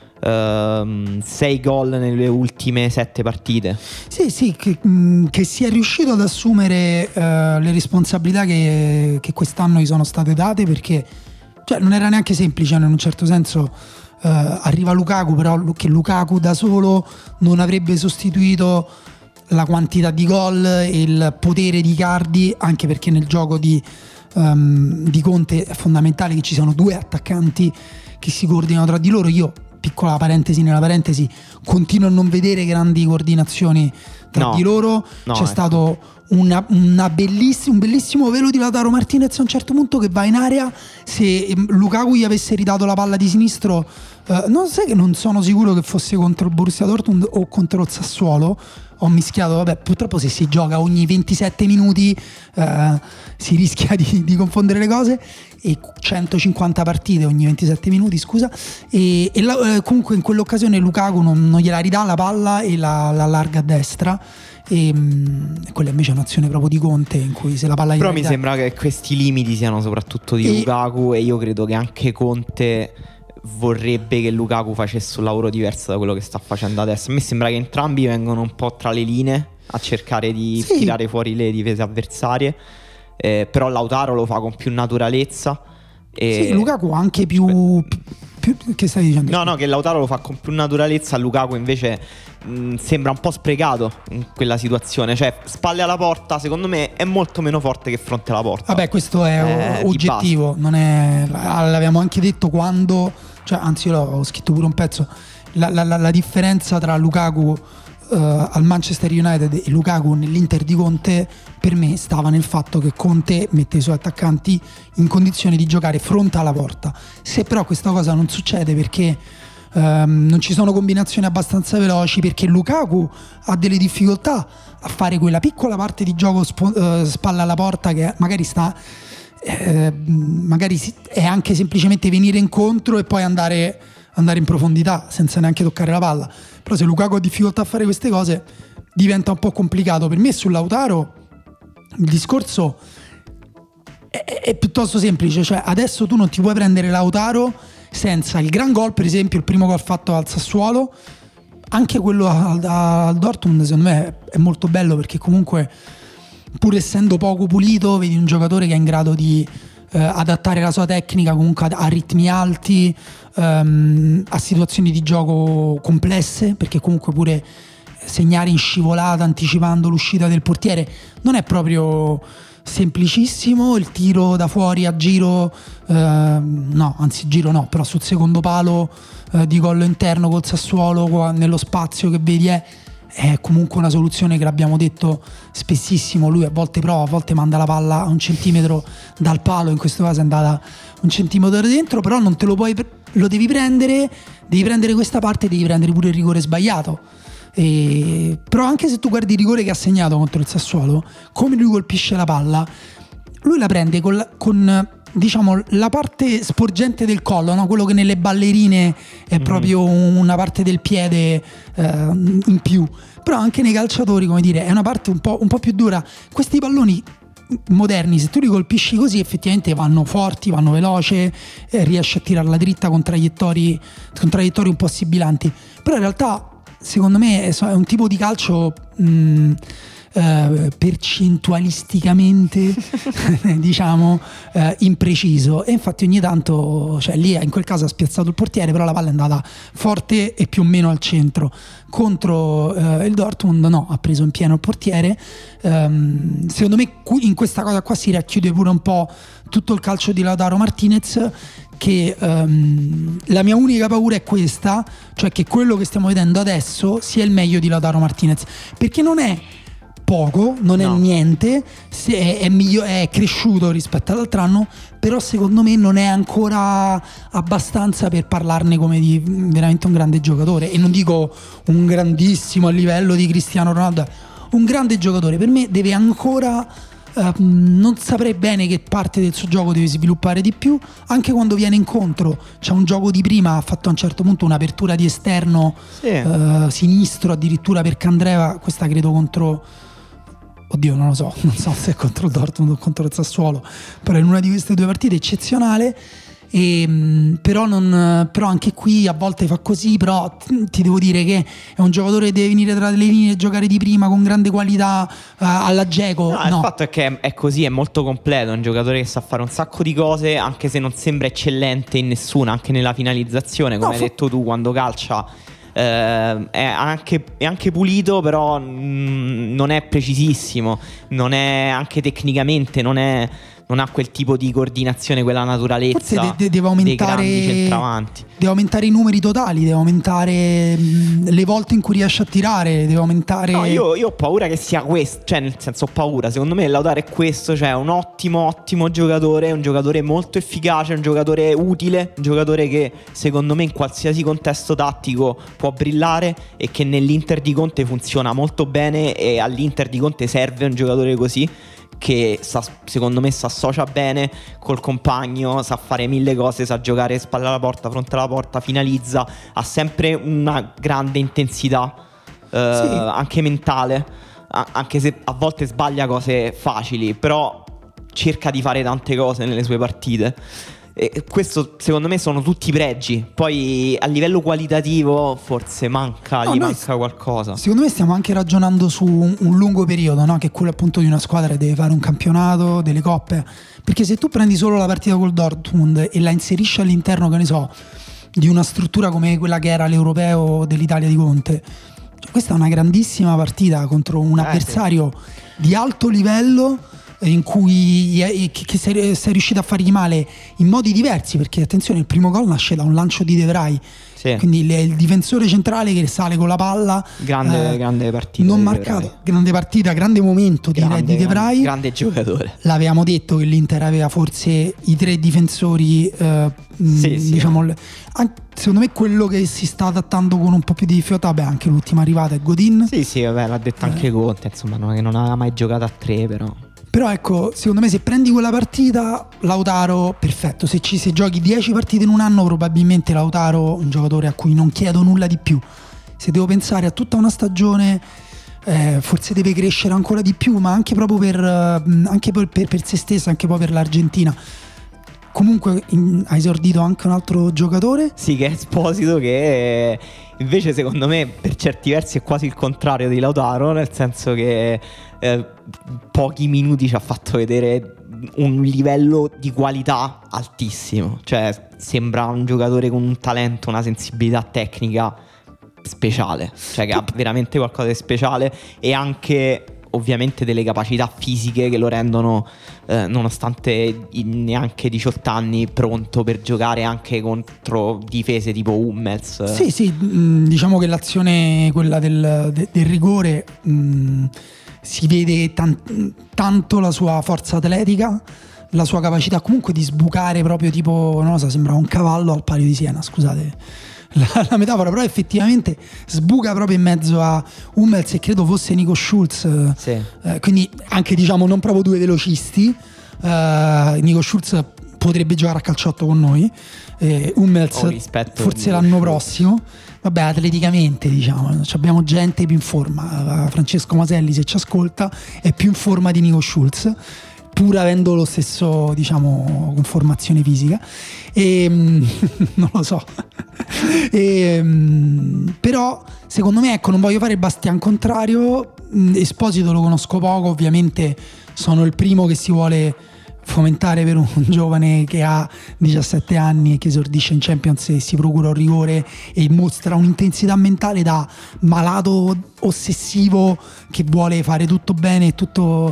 B: 6 gol nelle ultime 7 partite.
C: Sì, che sia riuscito ad assumere le responsabilità che quest'anno gli sono state date, perché cioè, non era neanche semplice, in un certo senso. Arriva Lukaku, però che Lukaku da solo non avrebbe sostituito la quantità di gol e il potere di Icardi, anche perché nel gioco di Conte è fondamentale che ci siano due attaccanti che si coordinano tra di loro. Io, piccola parentesi nella parentesi, continuo a non vedere grandi coordinazioni tra di loro. C'è stato un bellissimo velo di Lautaro Martinez a un certo punto che va in area. Se Lukaku gli avesse ridato la palla di sinistro, non sono sicuro che fosse contro il Borussia Dortmund o contro il Sassuolo. Ho mischiato, vabbè, purtroppo se si gioca ogni 27 minuti si rischia di confondere le cose, e 150 partite ogni 27 minuti, scusa, e comunque in quell'occasione Lukaku non gliela ridà la palla e la allarga a destra, e quella invece è un'azione proprio di Conte in cui se la palla
B: però mi sembra che questi limiti siano soprattutto di Lukaku, e io credo che anche Conte vorrebbe che Lukaku facesse un lavoro diverso da quello che sta facendo adesso. A me sembra che entrambi vengono un po' tra le linee a cercare di tirare fuori le difese avversarie, però Lautaro lo fa con più naturalezza e... Sì,
C: Lukaku anche più che stai dicendo?
B: No, che Lautaro lo fa con più naturalezza, Lukaku invece sembra un po' sprecato in quella situazione, cioè spalle alla porta secondo me è molto meno forte che fronte alla porta.
C: Vabbè, questo è oggettivo, non è, l'abbiamo anche detto quando, cioè, anzi io l'ho scritto pure un pezzo, la differenza tra Lukaku al Manchester United e Lukaku nell'Inter di Conte per me stava nel fatto che Conte mette i suoi attaccanti in condizione di giocare fronte alla porta. Se però questa cosa non succede perché non ci sono combinazioni abbastanza veloci, perché Lukaku ha delle difficoltà a fare quella piccola parte di gioco spalla alla porta che magari è anche semplicemente venire incontro e poi andare in profondità senza neanche toccare la palla. Però se Lukaku ha difficoltà a fare queste cose diventa un po' complicato. Per me su Lautaro il discorso è piuttosto semplice, cioè adesso tu non ti puoi prendere Lautaro senza il gran gol, per esempio il primo gol fatto al Sassuolo, anche quello al Dortmund secondo me è molto bello, perché comunque pur essendo poco pulito vedi un giocatore che è in grado di adattare la sua tecnica comunque a ritmi alti, a situazioni di gioco complesse, perché comunque pure segnare in scivolata anticipando l'uscita del portiere non è proprio semplicissimo. Il tiro da fuori a giro giro però sul secondo palo di gol interno col Sassuolo, nello spazio che vedi è comunque una soluzione che l'abbiamo detto spessissimo. Lui a volte prova, a volte manda la palla a 1 centimetro dal palo, in questo caso è andata 1 centimetro dentro, però non te lo puoi, lo devi prendere questa parte, devi prendere pure il rigore sbagliato. Però anche se tu guardi il rigore che ha segnato contro il Sassuolo, come lui colpisce la palla, lui la prende con diciamo la parte sporgente del collo, no? Quello che nelle ballerine è proprio una parte del piede in più, però anche nei calciatori, come dire, è una parte un po' più dura. Questi palloni moderni, se tu li colpisci così, effettivamente vanno forti, vanno veloce, riesci a tirarla dritta con traiettorie un po' sibilanti, però in realtà secondo me è un tipo di calcio percentualisticamente diciamo impreciso, e infatti ogni tanto, cioè lì in quel caso ha spiazzato il portiere, però la palla è andata forte e più o meno al centro. Contro il Dortmund no, ha preso in pieno il portiere. Secondo me in questa cosa qua si racchiude pure un po' tutto il calcio di Lautaro Martinez, che la mia unica paura è questa, cioè che quello che stiamo vedendo adesso sia il meglio di Lautaro Martinez, perché non è poco, non è niente, è cresciuto rispetto all'altro anno, però secondo me non è ancora abbastanza per parlarne come di veramente un grande giocatore, e non dico un grandissimo a livello di Cristiano Ronaldo, un grande giocatore. Per me deve ancora non saprei bene che parte del suo gioco deve sviluppare di più. Anche quando viene incontro c'è un gioco di prima, ha fatto a un certo punto un'apertura di esterno sinistro addirittura per Candreva, questa credo contro, oddio non so se è contro il Dortmund o contro il Sassuolo, però in una di queste due partite eccezionale. Però anche qui a volte fa così, però ti devo dire che è un giocatore che deve venire tra le linee e giocare di prima con grande qualità alla Dzeko.
B: Il fatto è che è così, è molto completo, è un giocatore che sa fare un sacco di cose, anche se non sembra eccellente in nessuna, anche nella finalizzazione, come hai detto tu, quando calcia è anche pulito, però non è precisissimo, non è, anche tecnicamente non ha quel tipo di coordinazione, quella naturalezza.
C: Forse deve aumentare,
B: dei grandi centravanti.
C: Deve aumentare i numeri totali, deve aumentare le volte in cui riesce a tirare, deve aumentare.
B: No, io ho paura che sia questo, cioè nel senso ho paura, secondo me Lautaro è questo, cioè un ottimo giocatore, un giocatore molto efficace, un giocatore utile, un giocatore che secondo me in qualsiasi contesto tattico può brillare, e che nell'Inter di Conte funziona molto bene, e all'Inter di Conte serve un giocatore così, che secondo me si associa bene col compagno, sa fare mille cose, sa giocare spalla alla porta, fronte alla porta, finalizza, ha sempre una grande intensità anche mentale, anche se a volte sbaglia cose facili, però cerca di fare tante cose nelle sue partite. E questo secondo me sono tutti pregi. Poi a livello qualitativo forse manca qualcosa.
C: Secondo me stiamo anche ragionando su un lungo periodo, no? Che è quello appunto di una squadra che deve fare un campionato, delle coppe. Perché se tu prendi solo la partita col Dortmund e la inserisci all'interno, che ne so, di una struttura come quella che era l'Europeo dell'Italia di Conte, cioè, questa è una grandissima partita contro un avversario di alto livello, in cui che sei riuscito a fargli male in modi diversi, perché attenzione, il primo gol nasce da un lancio di De Vrij, quindi il difensore centrale che sale con la palla,
B: grande partita,
C: non marcato, grande partita, grande momento di De Vrij,
B: grande giocatore.
C: L'avevamo detto che l'Inter aveva forse i tre difensori diciamo. Secondo me quello che si sta adattando con un po' più di difficoltà, anche l'ultima arrivata è Godin.
B: Sì, vabbè, l'ha detto anche Conte, insomma, non aveva mai giocato a tre, però ecco, secondo me se prendi quella partita, Lautaro perfetto. Se giochi 10 partite in un anno, probabilmente Lautaro è un giocatore a cui non chiedo nulla di più. Se devo pensare a tutta una stagione, forse deve crescere ancora di più, ma anche proprio per se stesso, anche poi per l'Argentina. Comunque ha esordito anche un altro giocatore. Sì, che è Esposito, che invece secondo me per certi versi è quasi il contrario di Lautaro, nel senso che pochi minuti ci ha fatto vedere un livello di qualità altissimo. Cioè sembra un giocatore con un talento, una sensibilità tecnica speciale, cioè che ha veramente qualcosa di speciale, e anche ovviamente delle capacità fisiche che lo rendono nonostante neanche 18 anni pronto per giocare anche contro difese tipo Hummels.
C: Sì, diciamo che l'azione, quella del rigore, si vede tanto la sua forza atletica, la sua capacità comunque di sbucare proprio tipo, non lo so, sembra un cavallo al Palio di Siena, scusate la metafora, però effettivamente sbuca proprio in mezzo a Hummels e credo fosse Nico Schulz, quindi anche diciamo non proprio due velocisti. Nico Schulz potrebbe giocare a calciotto con noi, Hummels forse l'anno prossimo. Vabbè, atleticamente diciamo abbiamo gente più in forma. Francesco Maselli, se ci ascolta, è più in forma di Nico Schulz. pur avendo lo stesso, diciamo, conformazione fisica, e non lo so. Però secondo me, ecco, non voglio fare il bastian contrario. Esposito lo conosco poco, ovviamente sono il primo che si vuole fomentare per un giovane che ha 17 anni e che esordisce in Champions e si procura un rigore e mostra un'intensità mentale da malato ossessivo che vuole fare tutto bene e tutto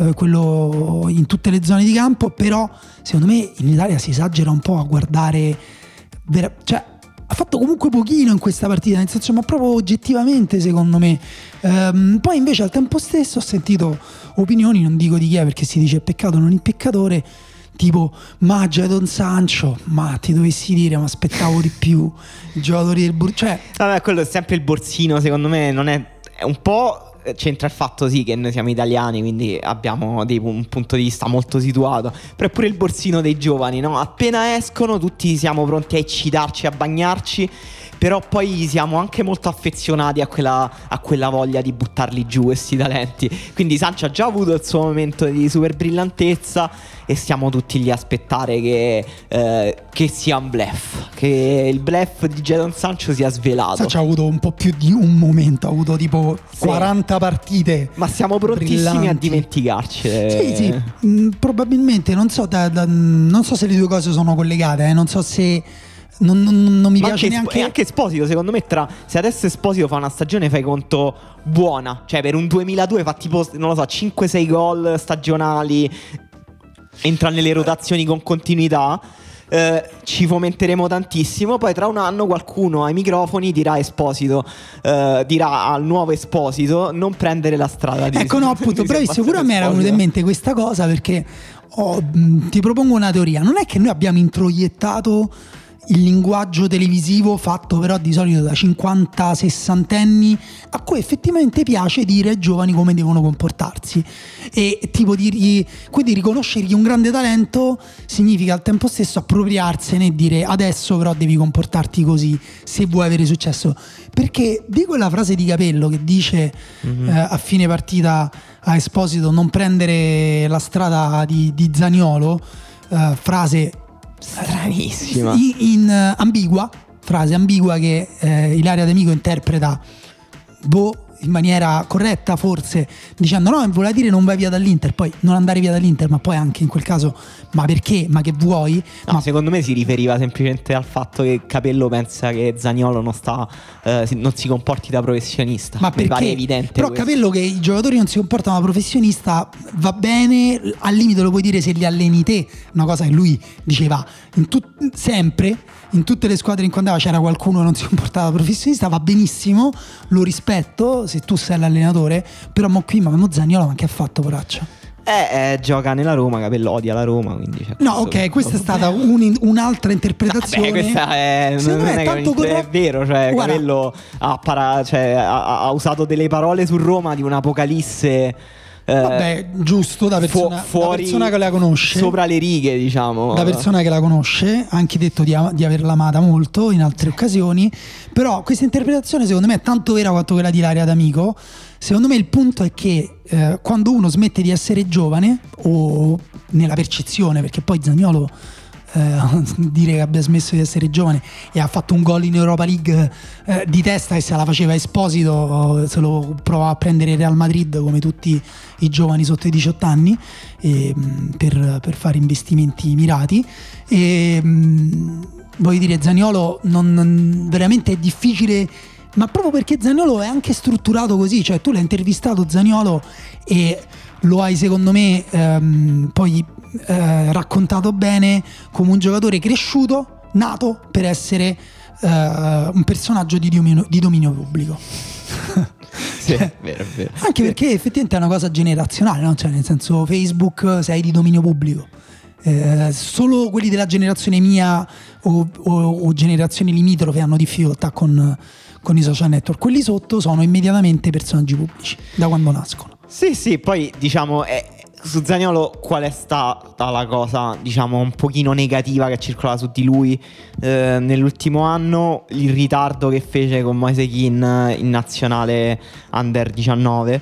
C: quello in tutte le zone di campo. Però secondo me in Italia si esagera un po' a guardare cioè ha fatto comunque pochino in questa partita, nel senso, ma proprio oggettivamente secondo me. Poi invece al tempo stesso ho sentito opinioni, non dico di chi è perché si dice peccato non il peccatore, tipo ma Jadon Sancho, ma ti dovessi dire, ma aspettavo di più i giocatori del cioè
B: vabbè, quello è sempre il borsino, secondo me non è un po'. C'entra il fatto sì che noi siamo italiani, quindi abbiamo un punto di vista molto situato, però è pure il borsino dei giovani, no? Appena escono tutti siamo pronti a eccitarci, a bagnarci, però poi siamo anche molto affezionati a quella voglia di buttarli giù questi talenti. Quindi Sancho ha già avuto il suo momento di super brillantezza e stiamo tutti lì a aspettare che sia un bluff, che il bluff di Jadon Sancho sia svelato.
C: Sancho ha avuto un po' più di un momento, ha avuto tipo 40 partite,
B: ma siamo prontissimi brillanti a dimenticarci.
C: Sì, probabilmente, non so se le due cose sono collegate, non so se non mi piace neanche.
B: Anche Esposito, secondo me, se adesso Esposito fa una stagione, fai conto buona, cioè per un 2002 fa tipo, non lo so, 5-6 gol stagionali, entra nelle rotazioni con continuità, ci fomenteremo tantissimo. Poi tra un anno qualcuno ai microfoni dirà Esposito, dirà al nuovo Esposito non prendere la strada di
C: ecco, no, appunto, bravissimo, pure a me era venuta in mente questa cosa, perché ti propongo una teoria. Non è che noi abbiamo introiettato il linguaggio televisivo fatto però di solito da 50-60enni a cui effettivamente piace dire ai giovani come devono comportarsi, e tipo quindi riconoscergli un grande talento significa al tempo stesso appropriarsene e dire adesso però devi comportarti così se vuoi avere successo. Perché di quella frase di Capello che dice a fine partita a Esposito non prendere la strada di Zaniolo, frase
B: stranissima,
C: frase ambigua che Ilaria D'Amico interpreta in maniera corretta, forse dicendo no, voleva dire non vai via dall'Inter, poi non andare via dall'Inter, ma poi anche in quel caso ma perché, ma che vuoi?
B: No, ma secondo me si riferiva semplicemente al fatto che Capello pensa che Zaniolo non si comporti da professionista.
C: Ma perché?
B: Mi pare evidente
C: però
B: questo.
C: Capello che i giocatori non si comportano da professionista va bene, al limite lo puoi dire se li alleni te, una cosa che lui diceva sempre in tutte le squadre in cui andava c'era qualcuno che non si comportava da professionista, va benissimo, lo rispetto se tu sei l'allenatore, però qui ma Zaniolo ma che ha fatto, poraccio?
B: Gioca nella Roma, Capello odia la Roma, quindi
C: no, ok, questa è stata un'altra interpretazione.
B: Questa non è vero, cioè guarda, Capello ha usato delle parole su Roma di un'apocalisse.
C: Vabbè, giusto, da persona che la conosce,
B: sopra le righe, diciamo,
C: da persona che la conosce, ha anche detto di averla amata molto in altre occasioni. Però questa interpretazione secondo me è tanto vera quanto quella di Ilaria D'Amico. Secondo me il punto è che quando uno smette di essere giovane, o nella percezione, perché poi Zaniolo dire che abbia smesso di essere giovane e ha fatto un gol in Europa League di testa e se la faceva Esposito, se lo provava a prendere il Real Madrid come tutti i giovani sotto i 18 anni per fare investimenti mirati. E voglio dire, Zaniolo veramente è difficile, ma proprio perché Zaniolo è anche strutturato così, cioè tu l'hai intervistato Zaniolo e lo hai secondo me poi raccontato bene come un giocatore cresciuto, nato per essere un personaggio di dominio pubblico.
B: Sì, è vero.
C: Anche perché effettivamente è una cosa generazionale, no? Cioè nel senso, Facebook sei di dominio pubblico. Solo quelli della generazione mia o generazioni limitrofe hanno difficoltà con i social network. Quelli sotto sono immediatamente personaggi pubblici da quando nascono.
B: Sì, poi diciamo su Zaniolo qual è stata la cosa, diciamo, un pochino negativa che circolava su di lui nell'ultimo anno? Il ritardo che fece con Moise Kean in nazionale Under 19.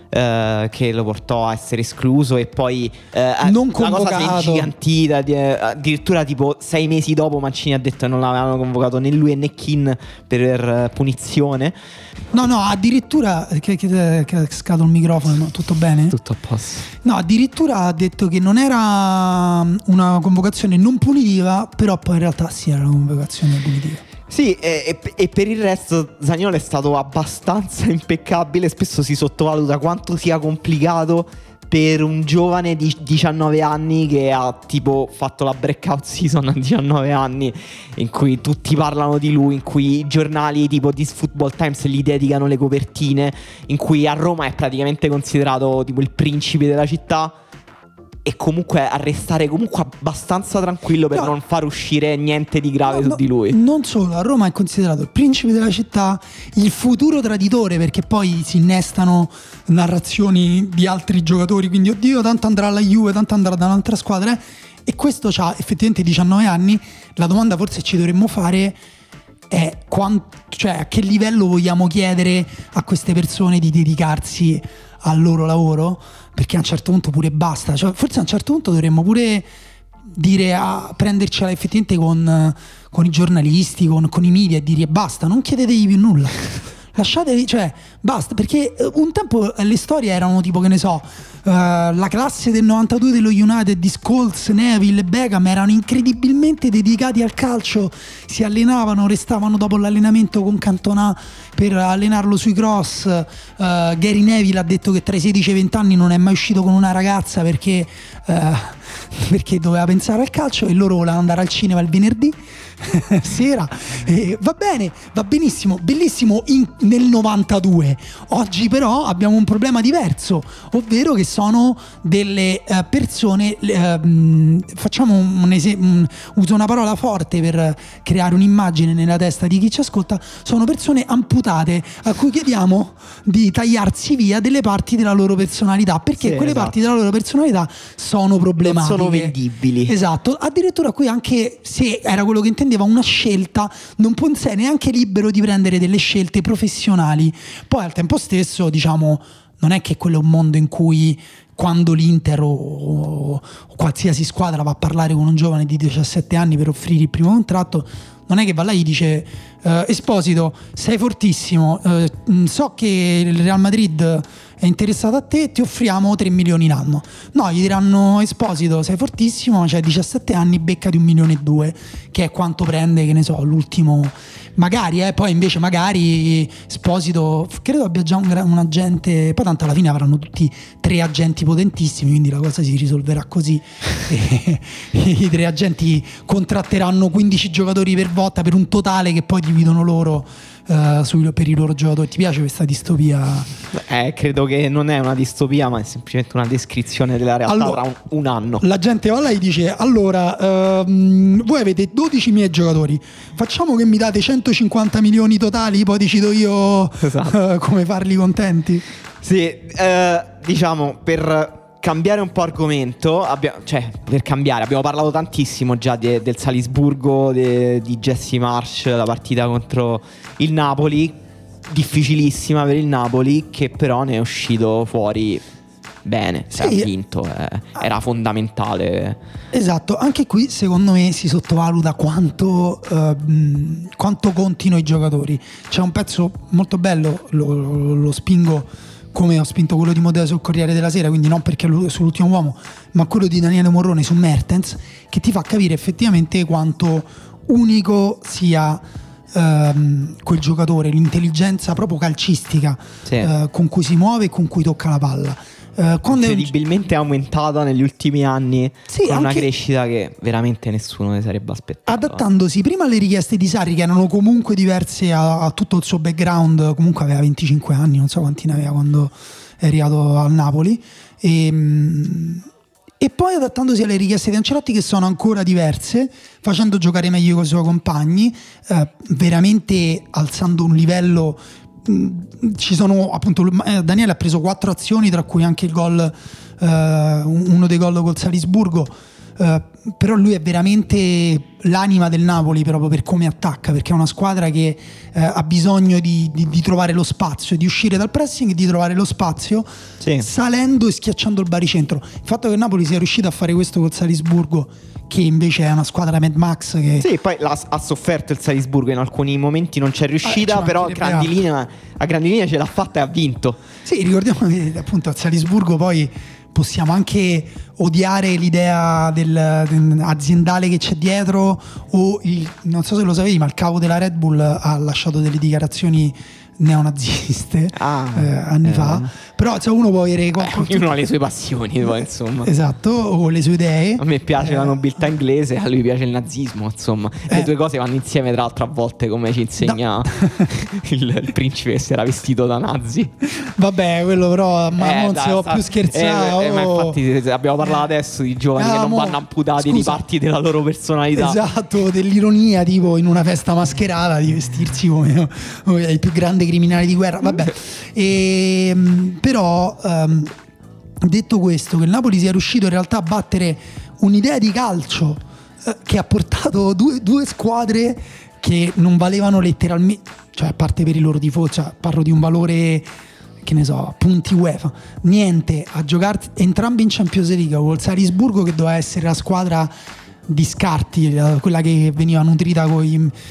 B: che lo portò a essere escluso e poi
C: non
B: la cosa si è
C: convocato.
B: ingigantita, addirittura tipo 6 mesi dopo Mancini ha detto che non l'avevano convocato né lui né Keane per punizione.
C: No, addirittura che è scato il microfono, no? Tutto bene?
B: Tutto a posto.
C: No, addirittura ha detto che non era una convocazione non punitiva, però poi in realtà sì, era una convocazione punitiva.
B: Sì, e per il resto Zaniolo è stato abbastanza impeccabile. Spesso si sottovaluta quanto sia complicato per un giovane di 19 anni che ha tipo fatto la breakout season a 19 anni, in cui tutti parlano di lui, in cui i giornali tipo di Football Times gli dedicano le copertine, in cui a Roma è praticamente considerato tipo il principe della città. E comunque a restare comunque abbastanza tranquillo per non far uscire niente di grave su di lui.
C: Non solo, a Roma è considerato il principe della città, il futuro traditore, perché poi si innestano narrazioni di altri giocatori, quindi oddio tanto andrà alla Juve, tanto andrà da un'altra squadra, e questo c'ha effettivamente 19 anni. La domanda forse ci dovremmo fare è cioè a che livello vogliamo chiedere a queste persone di dedicarsi al loro lavoro, perché a un certo punto pure basta, cioè, forse a un certo punto dovremmo pure dire a prendercela effettivamente con i giornalisti, con i media, e dire basta, non chiedetegli più nulla. Lasciatevi, cioè basta, perché un tempo le storie erano tipo, che ne so, la classe del 92 dello United di Scholes, Neville e Beckham erano incredibilmente dedicati al calcio, si allenavano, restavano dopo l'allenamento con Cantona per allenarlo sui cross. Gary Neville ha detto che tra i 16 e i 20 anni non è mai uscito con una ragazza perché doveva pensare al calcio, e loro volevano andare al cinema il venerdì sera. Va bene, va benissimo, bellissimo nel 92. Oggi però abbiamo un problema diverso, ovvero che sono delle persone, facciamo uso una parola forte per creare un'immagine nella testa di chi ci ascolta, sono persone amputate a cui chiediamo di tagliarsi via delle parti della loro personalità, perché quelle parti della loro personalità sono problematiche,
B: non sono vendibili.
C: Esatto, addirittura qui, anche se era quello che intendeva una scelta, non sei neanche libero di prendere delle scelte professionali. Poi al tempo stesso, diciamo, non è che quello è un mondo in cui quando l'Inter o qualsiasi squadra va a parlare con un giovane di 17 anni per offrire il primo contratto, non è che va là e gli dice Esposito, sei fortissimo, so che il Real Madrid è interessato a te, ti offriamo 3 milioni in anno. No, gli diranno Esposito, sei fortissimo, c'hai 17 anni, beccati 1,2 milioni, che è quanto prende, che ne so, l'ultimo. Magari, poi invece magari Esposito credo abbia già un agente, poi tanto alla fine avranno tutti 3 agenti potentissimi, quindi la cosa si risolverà così. E i 3 agenti contratteranno 15 giocatori per volta, per un totale che poi dividono loro per i loro giocatori. Ti piace questa distopia?
B: Credo che non è una distopia, ma è semplicemente una descrizione della realtà.
C: Allora,
B: tra un anno
C: la gente va là e dice allora voi avete 12 miei giocatori, facciamo che mi date 150 milioni totali, poi decido io. Esatto. Come farli contenti.
B: Sì, diciamo, per cambiare un po' argomento, abbiamo parlato tantissimo già del Salisburgo, di Jesse Marsch, la partita contro il Napoli, difficilissima per il Napoli, che però ne è uscito fuori bene,
C: sì,
B: ha vinto, era fondamentale.
C: Esatto, anche qui secondo me si sottovaluta quanto contino i giocatori. C'è un pezzo molto bello, lo spingo come ho spinto quello di Modena sul Corriere della Sera, quindi non perché sull'ultimo uomo, ma quello di Daniele Morrone su Mertens, che ti fa capire effettivamente quanto unico sia quel giocatore, l'intelligenza proprio calcistica, sì, con cui si muove e con cui tocca la palla.
B: Incredibilmente aumentata negli ultimi anni,
C: sì,
B: con una crescita che veramente nessuno ne sarebbe aspettato.
C: Adattandosi prima alle richieste di Sarri, che erano comunque diverse a tutto il suo background. Comunque aveva 25 anni, non so quanti ne aveva quando è arrivato al Napoli, e poi adattandosi alle richieste di Ancelotti, che sono ancora diverse, facendo giocare meglio con i suoi compagni, veramente alzando un livello. Ci sono appunto, Daniele ha preso 4 azioni, tra cui anche il gol, uno dei gol col Salisburgo, però lui è veramente l'anima del Napoli proprio per come attacca, perché è una squadra che ha bisogno di trovare lo spazio, di uscire dal pressing e di trovare lo spazio, sì, salendo e schiacciando il baricentro. Il fatto che il Napoli sia riuscito a fare questo col Salisburgo, che invece è una squadra Mad Max che...
B: Sì, poi ha sofferto il Salisburgo, in alcuni momenti non c'è riuscita, però a grandi linee ce l'ha fatta e ha vinto.
C: Sì, ricordiamo che appunto al Salisburgo poi possiamo anche odiare l'idea aziendale che c'è dietro, o non so se lo sapevi, ma il capo della Red Bull ha lasciato delle dichiarazioni neonaziste anni fa, però uno può avere
B: ognuno ha le sue passioni poi, insomma.
C: Esatto, o le sue idee.
B: A me piace la nobiltà inglese, a lui piace il nazismo, insomma. Le due cose vanno insieme, tra l'altro, a volte, come ci insegna il principe che si era vestito da nazi.
C: Vabbè, quello però non si può più scherzare.
B: Ma infatti abbiamo parlato adesso di giovani che non vanno amputati di parti della loro personalità.
C: Esatto, dell'ironia, tipo in una festa mascherata, di vestirsi come il più grande criminali di guerra. Vabbè, però detto questo, che il Napoli sia riuscito in realtà a battere un'idea di calcio che ha portato due squadre che non valevano letteralmente, cioè a parte per i loro tifosi, cioè, parlo di un valore, che ne so, punti UEFA, niente, a giocare entrambi in Champions League col Salisburgo, che doveva essere la squadra di scarti, quella che veniva nutrita con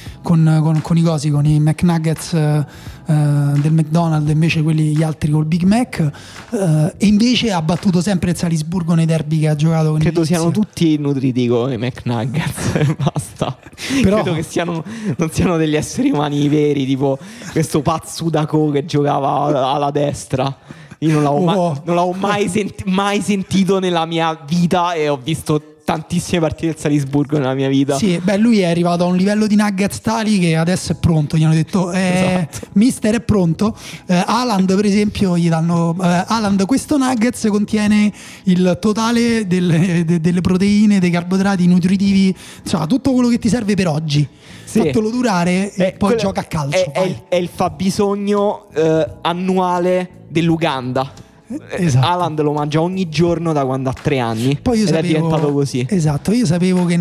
C: i McNuggets del McDonald's, invece gli altri col Big Mac, e invece ha battuto sempre il Salisburgo nei derby che ha giocato con
B: credo siano tutti nutriti con i McNuggets. Basta, però credo che non siano degli esseri umani veri, tipo questo Pazzudaco che giocava alla destra. Io non l'avevo mai sentito nella mia vita, e ho visto tantissime partite del Salisburgo nella mia vita.
C: Sì, lui è arrivato a un livello di nuggets tali che adesso è pronto. Gli hanno detto esatto. Mister è pronto. Haaland per esempio gli danno Haaland, questo nuggets contiene il totale delle proteine, dei carboidrati nutritivi, insomma tutto quello che ti serve per oggi. Sì. Fatelo durare e poi gioca a calcio.
B: È il fabbisogno annuale dell'Uganda.
C: Esatto.
B: Haaland lo mangia ogni giorno da quando ha 3 anni.
C: Poi è diventato
B: così.
C: Esatto, io sapevo che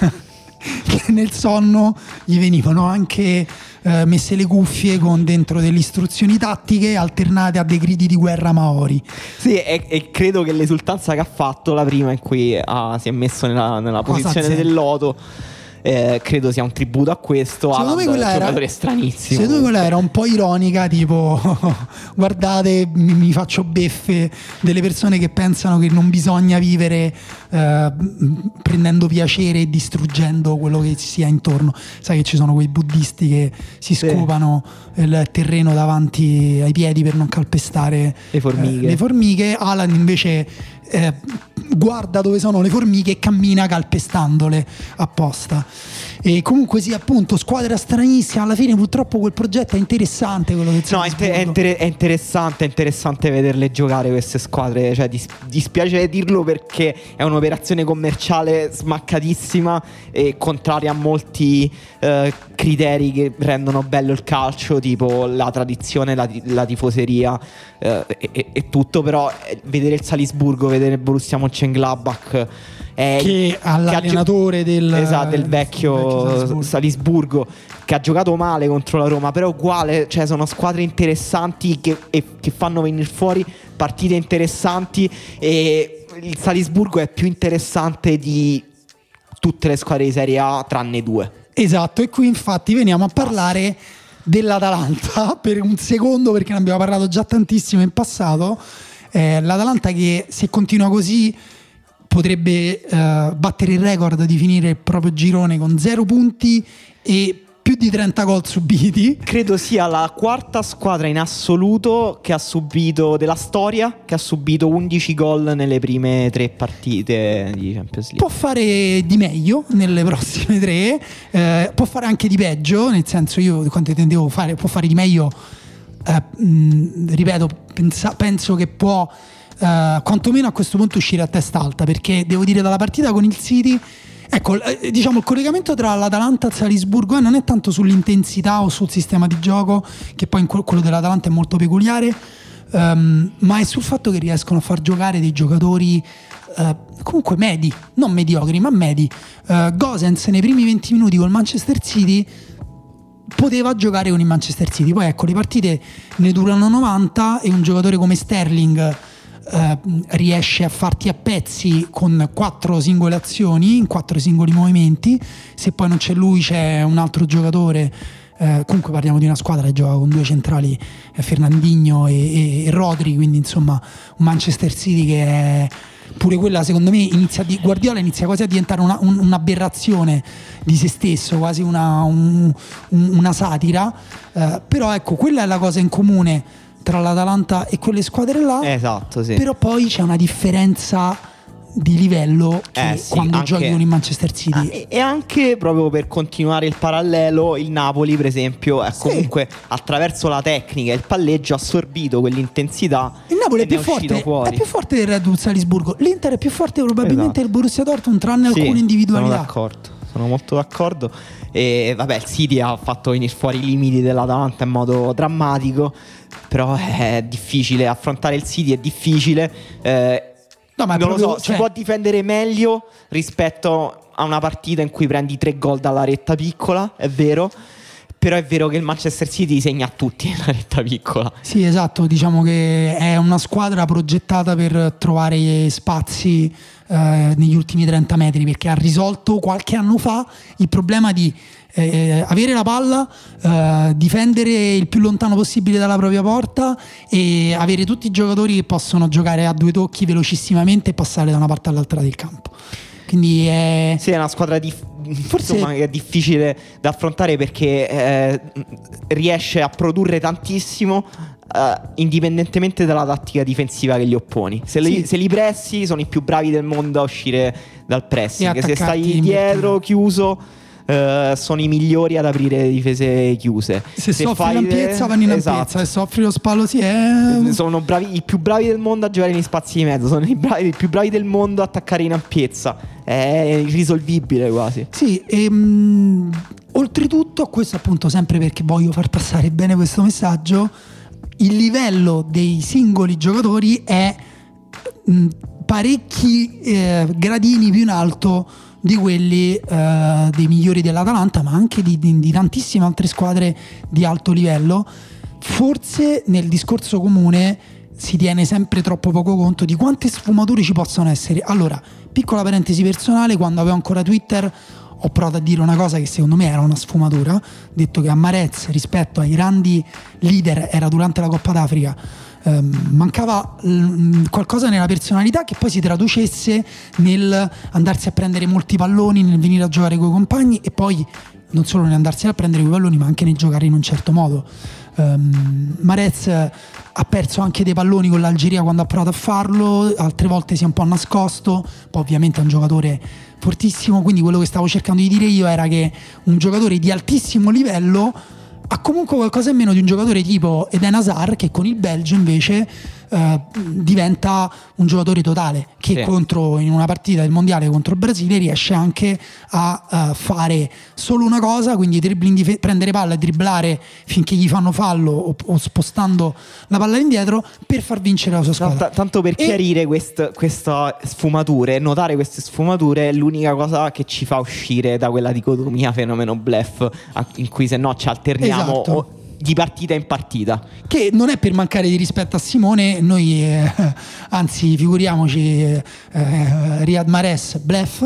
C: nel sonno gli venivano anche messe le cuffie con dentro delle istruzioni tattiche alternate a dei gridi di guerra maori.
B: Sì, e credo che l'esultanza che ha fatto, la prima in cui si è messo nella posizione del loto, credo sia un tributo a questo.
C: Secondo me quella
B: giocatore stranissimo.
C: Secondo me quella era un po' ironica, tipo guardate, mi faccio beffe delle persone che pensano che non bisogna vivere prendendo piacere e distruggendo quello che si ha intorno. Sai che ci sono quei buddisti che si scopano il terreno davanti ai piedi per non calpestare le formiche. Haaland invece guarda dove sono le formiche e cammina calpestandole apposta. E comunque sì, appunto, squadra stranissima. Alla fine purtroppo quel progetto è interessante, quello del Salisburgo.
B: È interessante vederle giocare queste squadre, cioè dispiace dirlo perché è un'operazione commerciale smaccatissima e contraria a molti criteri che rendono bello il calcio, tipo la tradizione, la tifoseria e tutto. Però vedere il Salisburgo, vedere il Borussia Mönchengladbach,
C: che all'allenatore del
B: vecchio Salisburgo, che ha giocato male contro la Roma, però uguale, cioè sono squadre interessanti che fanno venire fuori partite interessanti, e il Salisburgo è più interessante di tutte le squadre di Serie A tranne 2.
C: Esatto, e qui infatti veniamo a parlare dell'Atalanta per un secondo, perché ne abbiamo parlato già tantissimo in passato. L'Atalanta che, se continua così, potrebbe battere il record di finire il proprio girone con 0 punti e più di 30 gol subiti.
B: Credo sia la quarta squadra in assoluto che ha subito della storia, che ha subito 11 gol nelle prime 3 partite di Champions League.
C: Può fare di meglio nelle prossime 3, può fare anche di peggio, nel senso, io quando intendevo fare può fare di meglio, ripeto, penso che può quantomeno a questo punto uscire a testa alta, perché devo dire, dalla partita con il City, ecco, diciamo il collegamento tra l'Atalanta e il Salisburgo non è tanto sull'intensità o sul sistema di gioco, che poi quello dell'Atalanta è molto peculiare, ma è sul fatto che riescono a far giocare dei giocatori comunque medi, non mediocri ma medi. Gosens nei primi 20 minuti col Manchester City poteva giocare con il Manchester City, poi ecco le partite ne durano 90 e un giocatore come Sterling riesce a farti a pezzi con 4 singole azioni, in 4 singoli movimenti. Se poi non c'è lui c'è un altro giocatore, comunque parliamo di una squadra che gioca con 2 centrali, Fernandinho e Rodri, quindi insomma un Manchester City che è pure quella, secondo me Guardiola inizia quasi a diventare un'aberrazione di se stesso, quasi una satira, però ecco, quella è la cosa in comune tra l'Atalanta e quelle squadre là.
B: Esatto, sì.
C: Però poi c'è una differenza di livello che
B: sì,
C: quando
B: anche,
C: giochi con il Manchester City
B: e anche proprio per continuare il parallelo, il Napoli per esempio è comunque attraverso la tecnica e il palleggio ha assorbito quell'intensità.
C: Il Napoli è più forte del Red Bull Salisburgo. L'Inter è più forte probabilmente del Borussia Dortmund, tranne alcune individualità.
B: Sono molto d'accordo. E vabbè, il City ha fatto venire fuori i limiti dell'Atalanta in modo drammatico, però è difficile affrontare il City, è difficile. No, ma non lo so, si può difendere meglio rispetto a una partita in cui prendi 3 gol dalla retta piccola, è vero. Però è vero che il Manchester City segna a tutti nella retta piccola.
C: Sì, esatto, diciamo che è una squadra progettata per trovare spazi negli ultimi 30 metri, perché ha risolto qualche anno fa il problema di avere la palla, difendere il più lontano possibile dalla propria porta e avere tutti i giocatori che possono giocare a 2 tocchi velocissimamente e passare da una parte all'altra del campo. Quindi è
B: una squadra forse è difficile da affrontare perché riesce a produrre tantissimo indipendentemente dalla tattica difensiva che gli opponi. Se li pressi, sono i più bravi del mondo a uscire dal pressing. Se stai dietro chiuso, sono i migliori ad aprire le difese chiuse.
C: Se soffri l'ampiezza vanno in ampiezza, se soffri lo spallo
B: sono i più bravi del mondo a giocare nei spazi di mezzo, sono i più bravi del mondo a attaccare in ampiezza. È irrisolvibile quasi.
C: Sì, oltretutto, questo appunto sempre perché voglio far passare bene questo messaggio, il livello dei singoli giocatori è parecchi gradini più in alto di quelli dei migliori dell'Atalanta, ma anche di tantissime altre squadre di alto livello. Forse nel discorso comune si tiene sempre troppo poco conto di quante sfumature ci possono essere. Allora, piccola parentesi personale, quando avevo ancora Twitter ho provato a dire una cosa che secondo me era una sfumatura, ho detto che a Mahrez rispetto ai grandi leader era durante la Coppa d'Africa mancava qualcosa nella personalità che poi si traducesse nel andarsi a prendere molti palloni, nel venire a giocare coi compagni e poi non solo nel andarsi a prendere quei palloni ma anche nel giocare in un certo modo. Mahrez ha perso anche dei palloni con l'Algeria quando ha provato a farlo, altre volte si è un po' nascosto, poi ovviamente è un giocatore fortissimo, quindi quello che stavo cercando di dire io era che un giocatore di altissimo livello ha comunque qualcosa in meno di un giocatore tipo Eden Hazard, che con il Belgio invece diventa un giocatore totale, che in una partita del mondiale contro il Brasile riesce anche a fare solo una cosa, quindi prendere palla e dribblare finché gli fanno fallo o spostando la palla indietro per far vincere la sua squadra.
B: Tanto per chiarire queste sfumature, notare queste sfumature è l'unica cosa che ci fa uscire da quella dicotomia fenomeno bluff in cui se no ci alterniamo.
C: Esatto.
B: Di partita in partita,
C: che non è per mancare di rispetto a Simone, noi anzi figuriamoci, Riyad Mahrez bluff,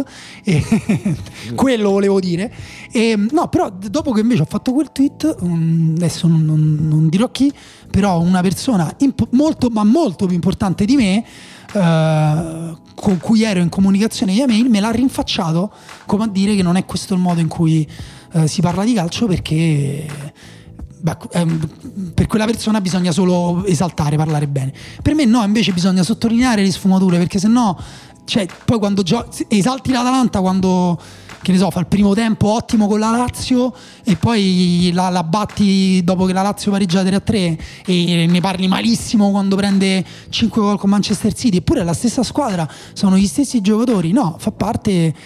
C: quello volevo dire, no, però dopo che invece ho fatto quel tweet, adesso non dirò chi, però una persona molto ma molto più importante di me, con cui ero in comunicazione via mail, me l'ha rinfacciato come a dire che non è questo il modo in cui si parla di calcio, perché per quella persona bisogna solo esaltare, parlare bene. Per me no, invece bisogna sottolineare le sfumature, perché sennò, cioè, poi quando esalti l'Atalanta quando, che ne so, fa il primo tempo ottimo con la Lazio e poi la batti dopo che la Lazio pareggia 3-3 e ne parli malissimo quando prende 5 gol con Manchester City, eppure è la stessa squadra, sono gli stessi giocatori. No, fa parte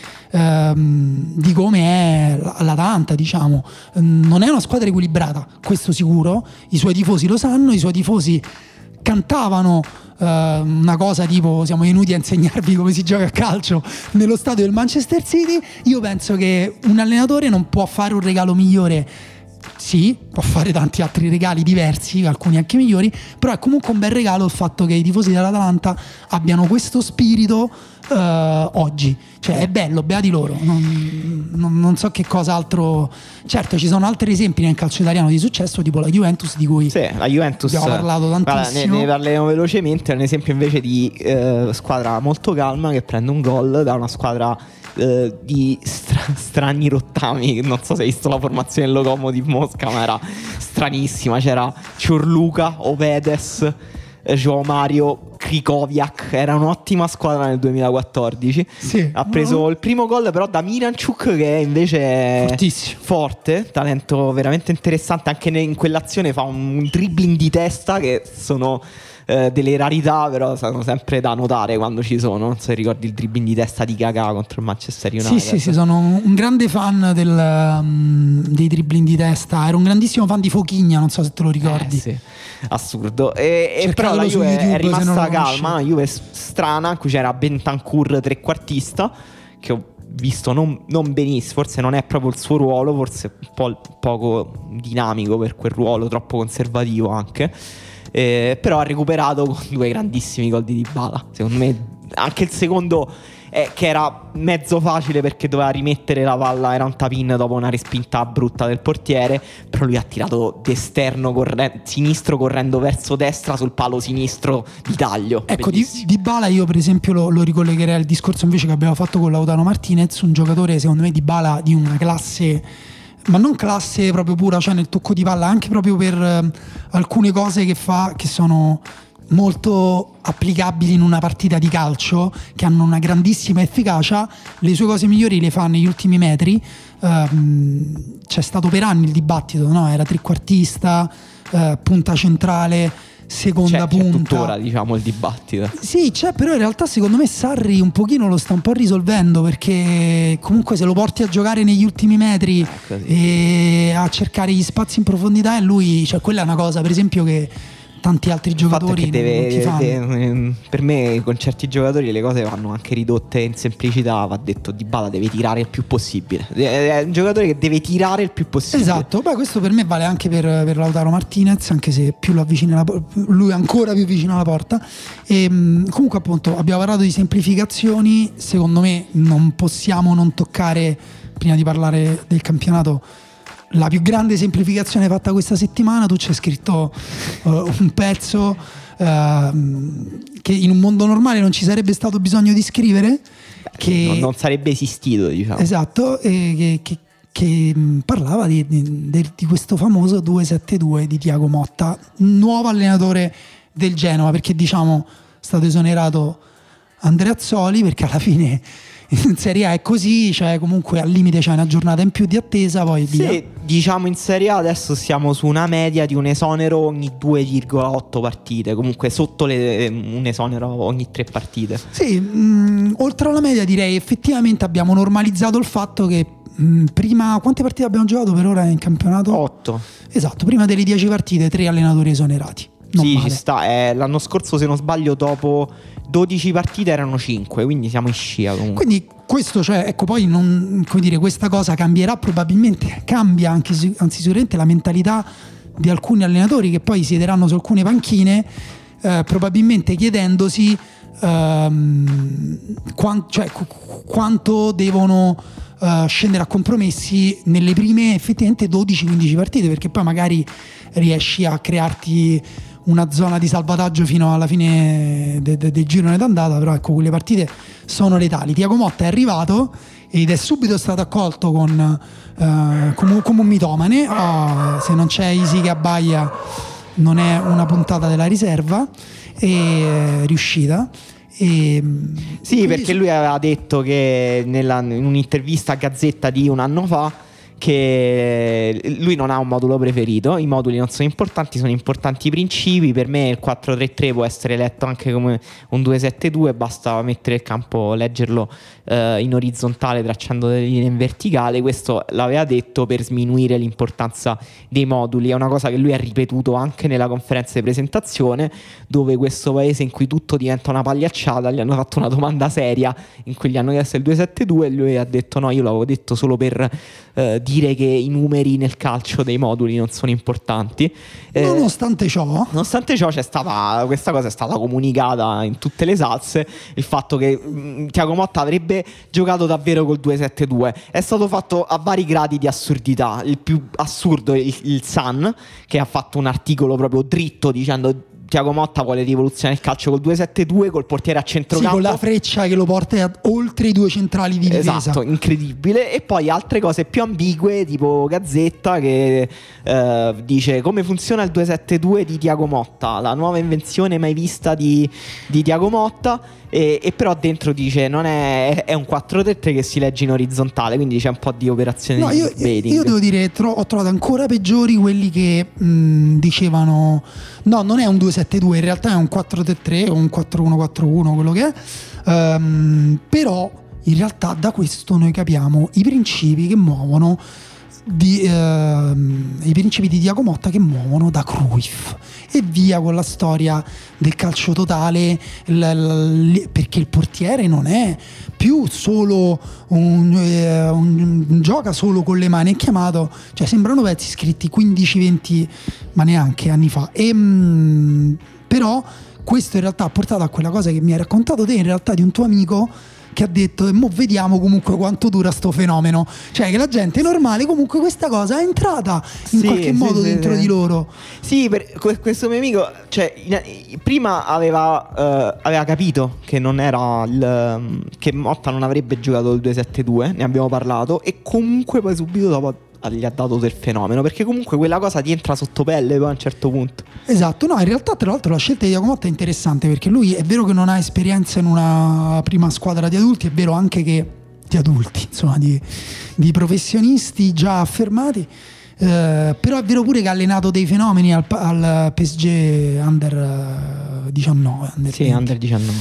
C: di come è l'Atalanta, diciamo. Non è una squadra equilibrata, questo sicuro, i suoi tifosi lo sanno, i suoi tifosi cantavano una cosa tipo siamo venuti a insegnarvi come si gioca a calcio nello stadio del Manchester City. Io penso che un allenatore non può fare un regalo migliore. Sì, può fare tanti altri regali diversi, alcuni anche migliori, però è comunque un bel regalo il fatto che i tifosi dell'Atalanta abbiano questo spirito oggi. Cioè è bello, beati loro. Non so che cosa altro. Certo, ci sono altri esempi nel calcio italiano di successo, tipo la Juventus, di cui
B: la Juventus
C: abbiamo parlato tantissimo.
B: Ne parleremo velocemente. È un esempio invece di squadra molto calma che prende un gol da una squadra di strani rottami. Non so se hai visto la formazione del Lokomotiv Mosca, ma era stranissima. C'era Ciurluca, Ovedes, João Mario, Krikoviak. Era un'ottima squadra nel 2014.
C: Sì,
B: ha preso il primo gol però da Miranchuk, che è invece
C: fortissimo,
B: forte, talento veramente interessante. Anche in quell'azione fa un dribbling di testa che sono delle rarità, però sono sempre da notare quando ci sono. Non so se ricordi il dribbling di testa di Kaká contro il Manchester United.
C: Sì, sono un grande fan dei dribbling di testa. Ero un grandissimo fan di Fochigna, non so se te lo ricordi.
B: Sì, assurdo. E però la Juve è rimasta calma, una Juve strana, in cui c'era Bentancur trequartista, che ho visto non benissimo, forse non è proprio il suo ruolo, forse un po' poco dinamico per quel ruolo, troppo conservativo anche. Però ha recuperato con due grandissimi gol di Dybala. Secondo me anche il secondo, che era mezzo facile perché doveva rimettere la palla, era un tap-in dopo una respinta brutta del portiere, però lui ha tirato d'esterno sinistro correndo verso destra sul palo sinistro di taglio.
C: Ecco, Dybala io per esempio lo ricollegherei al discorso invece che abbiamo fatto con Lautaro Martinez, un giocatore secondo me Dybala di una classe, ma non classe proprio pura, cioè nel tocco di palla, anche proprio per alcune cose che fa, che sono molto applicabili in una partita di calcio, che hanno una grandissima efficacia. Le sue cose migliori le fa negli ultimi metri. C'è stato per anni il dibattito, no? Era trequartista, punta centrale, seconda punta.
B: C'è tuttora, diciamo, il dibattito.
C: Sì, c'è, però in realtà secondo me Sarri un pochino lo sta un po' risolvendo, perché comunque se lo porti a giocare negli ultimi metri e a cercare gli spazi in profondità, e lui, cioè quella è una cosa per esempio che tanti altri giocatori non ti fanno.
B: Per me con certi giocatori le cose vanno anche ridotte in semplicità. Va detto, Dybala deve tirare il più possibile, è un giocatore che deve tirare il più possibile.
C: Esatto, beh, questo per me vale anche per Lautaro Martinez, anche se più lo avvicina lui è ancora più vicino alla porta. E comunque appunto abbiamo parlato di semplificazioni. Secondo me non possiamo non toccare, prima di parlare del campionato, la più grande semplificazione fatta questa settimana. Tu c'hai scritto un pezzo che in un mondo normale non ci sarebbe stato bisogno di scrivere, che
B: non sarebbe esistito, diciamo.
C: Esatto, che parlava di questo famoso 2-7-2 di Thiago Motta, nuovo allenatore del Genoa, perché diciamo è stato esonerato Andreazzoli, perché alla fine in Serie A è così, cioè comunque al limite c'è una giornata in più di attesa, poi via.
B: Sì, diciamo in Serie A adesso siamo su una media di un esonero ogni 2,8 partite, comunque sotto un esonero ogni 3 partite.
C: Sì, oltre alla media direi effettivamente abbiamo normalizzato il fatto che prima, quante partite abbiamo giocato per ora in campionato?
B: 8.
C: Esatto, prima delle 10 partite 3 allenatori esonerati. Non
B: sì,
C: male.
B: Ci sta. L'anno scorso, se non sbaglio, dopo 12 partite erano 5, quindi siamo in scia comunque.
C: Quindi questo, cioè, ecco, poi non, come dire, questa cosa cambierà probabilmente, cambia anche, anzi sicuramente la mentalità di alcuni allenatori che poi siederanno su alcune panchine, probabilmente chiedendosi quanto devono scendere a compromessi nelle prime effettivamente 12-15 partite, perché poi magari riesci a crearti una zona di salvataggio fino alla fine del girone d'andata, però ecco, quelle partite sono letali. Thiago Motta è arrivato ed è subito stato accolto come un mitomane. Se non c'è Isi che abbaia non è una puntata della riserva, e è riuscita. Sì,
B: perché lui aveva detto che in un'intervista a Gazzetta di un anno fa che lui non ha un modulo preferito, i moduli non sono importanti i principi. Per me il 4-3-3 può essere letto anche come un 2-7-2, basta mettere il campo, leggerlo in orizzontale tracciando delle linee in verticale. Questo l'aveva detto per sminuire l'importanza dei moduli. È una cosa che lui ha ripetuto anche nella conferenza di presentazione, dove questo paese in cui tutto diventa una pagliacciata gli hanno fatto una domanda seria in cui gli hanno chiesto il 2-7-2 e lui ha detto no, io l'avevo detto solo per dire che i numeri nel calcio dei moduli non sono importanti.
C: Nonostante ciò
B: c'è stata, questa cosa è stata comunicata in tutte le salse, il fatto che Thiago Motta avrebbe giocato davvero col 2-7-2 è stato fatto a vari gradi di assurdità. Il più assurdo è il Sun, che ha fatto un articolo proprio dritto dicendo Thiago Motta vuole rivoluzionare il calcio col 2-7-2 col portiere a centrocampo,
C: con la freccia che lo porta oltre i due centrali di difesa.
B: Esatto, incredibile. E poi altre cose più ambigue, tipo Gazzetta che dice come funziona il 2-7-2 di Thiago Motta, la nuova invenzione mai vista di Thiago Motta. E però dentro dice non è un 4-3-3 che si legge in orizzontale, quindi c'è un po' di operazione di clickbaiting.
C: Io devo dire ho trovato ancora peggiori quelli che dicevano no, non è un 2-7-2, in realtà è un 4-3-3 o un 4-1-4-1, quello che è. Però in realtà da questo noi capiamo i principi che muovono i principi di Thiago Motta, che muovono da Cruyff e via con la storia del calcio totale, perché il portiere non è più solo un gioca solo con le mani, è chiamato, cioè sembrano pezzi scritti 15-20 ma neanche anni fa. Però questo in realtà ha portato a quella cosa che mi hai raccontato te, in realtà, di un tuo amico che ha detto e mo vediamo comunque quanto dura sto fenomeno, cioè che la gente normale comunque questa cosa è entrata in qualche modo dentro di loro.
B: Sì, per questo mio amico, cioè prima aveva capito che non era che Motta non avrebbe giocato il 2-7-2, ne abbiamo parlato, e comunque poi subito dopo gli ha dato del fenomeno, perché comunque quella cosa ti entra sotto pelle poi a un certo punto.
C: Esatto, no, in realtà tra l'altro la scelta di Thiago Motta è interessante, perché lui è vero che non ha esperienza in una prima squadra di adulti, è vero anche che di adulti, insomma di professionisti già affermati, però è vero pure che ha allenato dei fenomeni al PSG Under 19
B: Under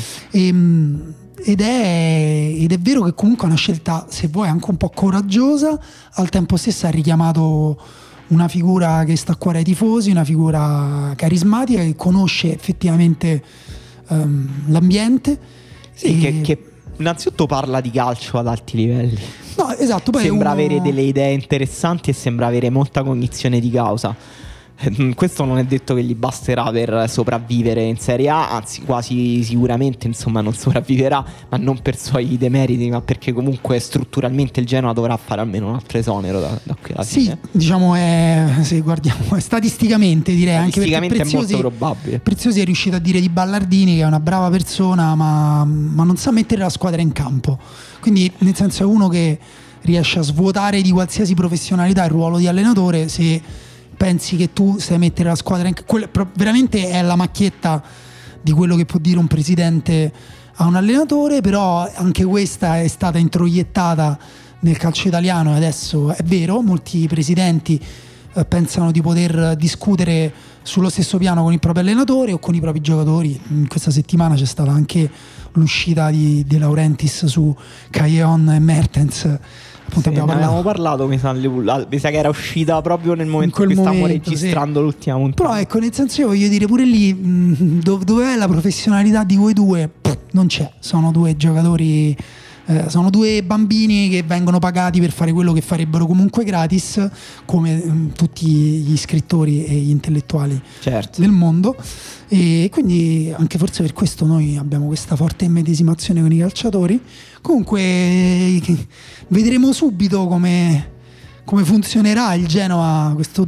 B: 19
C: ed è vero che comunque è una scelta, se vuoi, anche un po' coraggiosa. Al tempo stesso ha richiamato una figura che sta a cuore ai tifosi, una figura carismatica che conosce effettivamente l'ambiente.
B: Sì, che innanzitutto parla di calcio ad alti livelli.
C: No, esatto, poi
B: sembra avere delle idee interessanti e sembra avere molta cognizione di causa. Questo non è detto che gli basterà per sopravvivere in Serie A, anzi quasi sicuramente, insomma, non sopravviverà, ma non per suoi demeriti, ma perché comunque strutturalmente il Genoa dovrà fare almeno un altro esonero da qui alla fine.
C: Sì, diciamo se guardiamo statisticamente, direi, anche perché
B: è molto probabile.
C: Preziosi è riuscito a dire di Ballardini che è una brava persona, ma non sa mettere la squadra in campo, quindi nel senso è uno che riesce a svuotare di qualsiasi professionalità il ruolo di allenatore. Se pensi che tu sai mettere la squadra veramente è la macchietta di quello che può dire un presidente a un allenatore, però anche questa è stata introiettata nel calcio italiano e adesso è vero, molti presidenti pensano di poter discutere sullo stesso piano con il proprio allenatore o con i propri giocatori. In questa settimana c'è stata anche l'uscita di De Laurentiis su Callejon e Mertens. Appunto,
B: ne avevamo parlato, mi sa che era uscita proprio nel momento in cui stavamo registrando l'ultima puntata.
C: Però ecco, nel senso, io voglio dire, pure lì dove è la professionalità di voi due? Non c'è, sono due giocatori, sono due bambini che vengono pagati per fare quello che farebbero comunque gratis, come tutti gli scrittori e gli intellettuali del mondo. E quindi anche forse per questo noi abbiamo questa forte immedesimazione con i calciatori. Comunque vedremo subito come funzionerà il Genoa, questo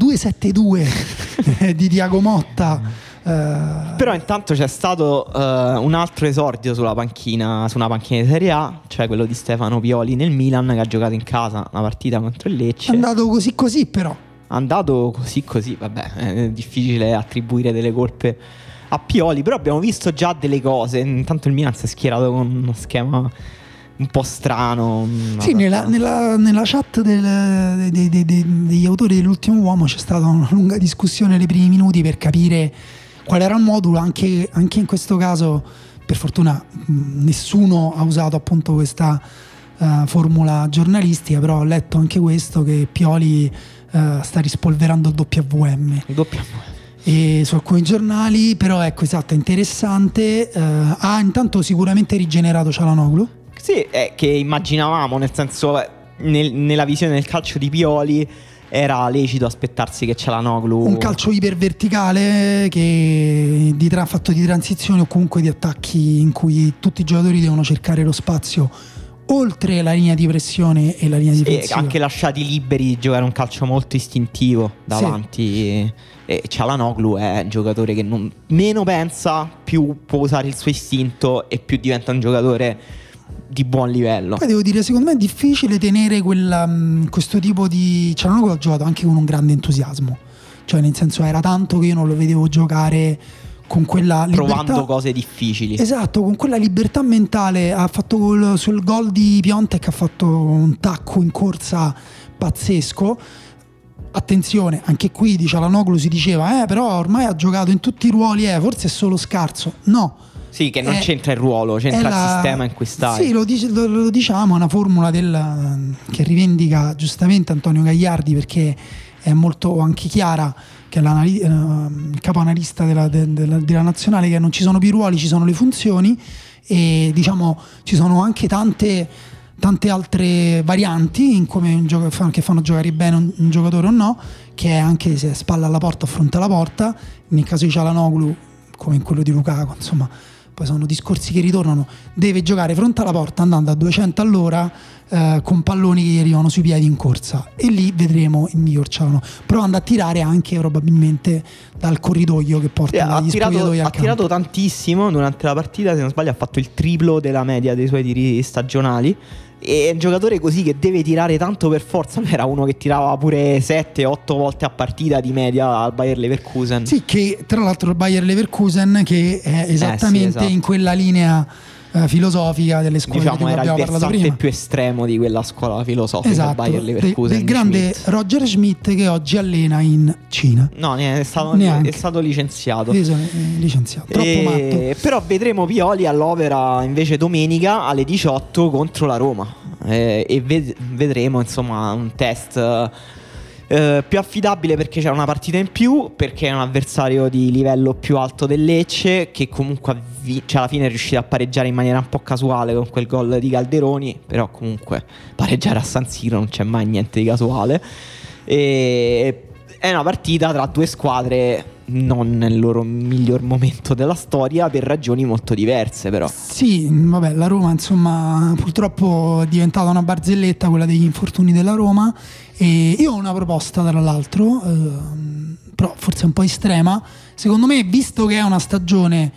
C: 2-7-2 di Thiago Motta.
B: Però intanto c'è stato un altro esordio su una panchina di Serie A, cioè quello di Stefano Pioli nel Milan, che ha giocato in casa una partita contro il Lecce.
C: È andato così però.
B: Andato così, vabbè, è difficile attribuire delle colpe a Pioli, però abbiamo visto già delle cose. Intanto il Milan si è schierato con uno schema un po' strano.
C: Sì, nella chat degli autori dell'Ultimo Uomo c'è stata una lunga discussione nei primi minuti per capire qual era il modulo. Anche in questo caso, per fortuna, nessuno ha usato appunto questa formula giornalistica, però ho letto anche questo, che Pioli sta rispolverando il WM. E su alcuni giornali, però ecco, esatto, è interessante. Ha intanto sicuramente rigenerato Çalhanoğlu.
B: Sì, che immaginavamo, nel senso, nella visione del calcio di Pioli era lecito aspettarsi che Çalhanoğlu,
C: un calcio iperverticale che fatto di transizioni o comunque di attacchi in cui tutti i giocatori devono cercare lo spazio oltre la linea di pressione e la linea difensiva,
B: anche lasciati liberi di giocare un calcio molto istintivo davanti. Sì. E Çalhanoğlu è un giocatore che meno pensa, più può usare il suo istinto e più diventa un giocatore di buon livello.
C: Poi devo dire, secondo me è difficile tenere questo tipo di... Çalhanoğlu ha giocato anche con un grande entusiasmo, cioè nel senso era tanto che io non lo vedevo giocare con quella libertà,
B: provando cose difficili.
C: Esatto, con quella libertà mentale. Ha fatto sul gol di Piontek, ha fatto un tacco in corsa pazzesco. Attenzione, anche qui di Çalhanoğlu si diceva però ormai ha giocato in tutti i ruoli, forse è solo scarso. No.
B: Sì, che non c'entra il ruolo, c'entra il sistema in cui stai.
C: Sì, lo diciamo, è una formula che rivendica giustamente Antonio Gagliardi, perché è molto anche chiara, che è il capo analista della nazionale, che non ci sono più ruoli, ci sono le funzioni, e diciamo ci sono anche tante altre varianti in come che fanno giocare bene un giocatore o no, che è anche se spalla alla porta o fronte alla porta. Nel caso di Çalhanoğlu, come in quello di Lukaku, insomma, poi sono discorsi che ritornano, deve giocare fronte alla porta andando a 200 all'ora, con palloni che gli arrivano sui piedi in corsa, e lì vedremo il miglior Çalhanoğlu, provando a tirare anche probabilmente dal corridoio che porta dagli spogliatoi al campo. Ha
B: tirato tantissimo durante la partita, se non sbaglio ha fatto il triplo della media dei suoi tiri stagionali. È un giocatore così che deve tirare tanto per forza. Era uno che tirava pure 7-8 volte a partita di media al Bayer Leverkusen.
C: Sì, che tra l'altro il Bayer Leverkusen, che è esattamente esatto, in quella linea filosofica delle scuole,
B: diciamo,
C: di cui abbiamo parlato prima.
B: Era il versante più estremo di quella scuola filosofica,
C: esatto,
B: Bayer Leverkusen,
C: del grande Schmidt. Roger Schmidt, che oggi allena in Cina.
B: No, è stato licenziato.
C: Licenziato. Troppo matto.
B: Però vedremo Pioli all'Opera invece domenica alle 18 contro la Roma, e vedremo insomma un test più affidabile, perché c'è una partita in più, perché è un avversario di livello più alto del Lecce, che comunque alla fine è riuscito a pareggiare in maniera un po' casuale con quel gol di Calderoni. Però comunque pareggiare a San Siro non c'è mai niente di casuale, e è una partita tra due squadre non nel loro miglior momento della storia, per ragioni molto diverse. Però
C: sì, vabbè, la Roma insomma purtroppo è diventata una barzelletta, quella degli infortuni della Roma. E io ho una proposta, tra l'altro, però forse un po' estrema. Secondo me, visto che è una stagione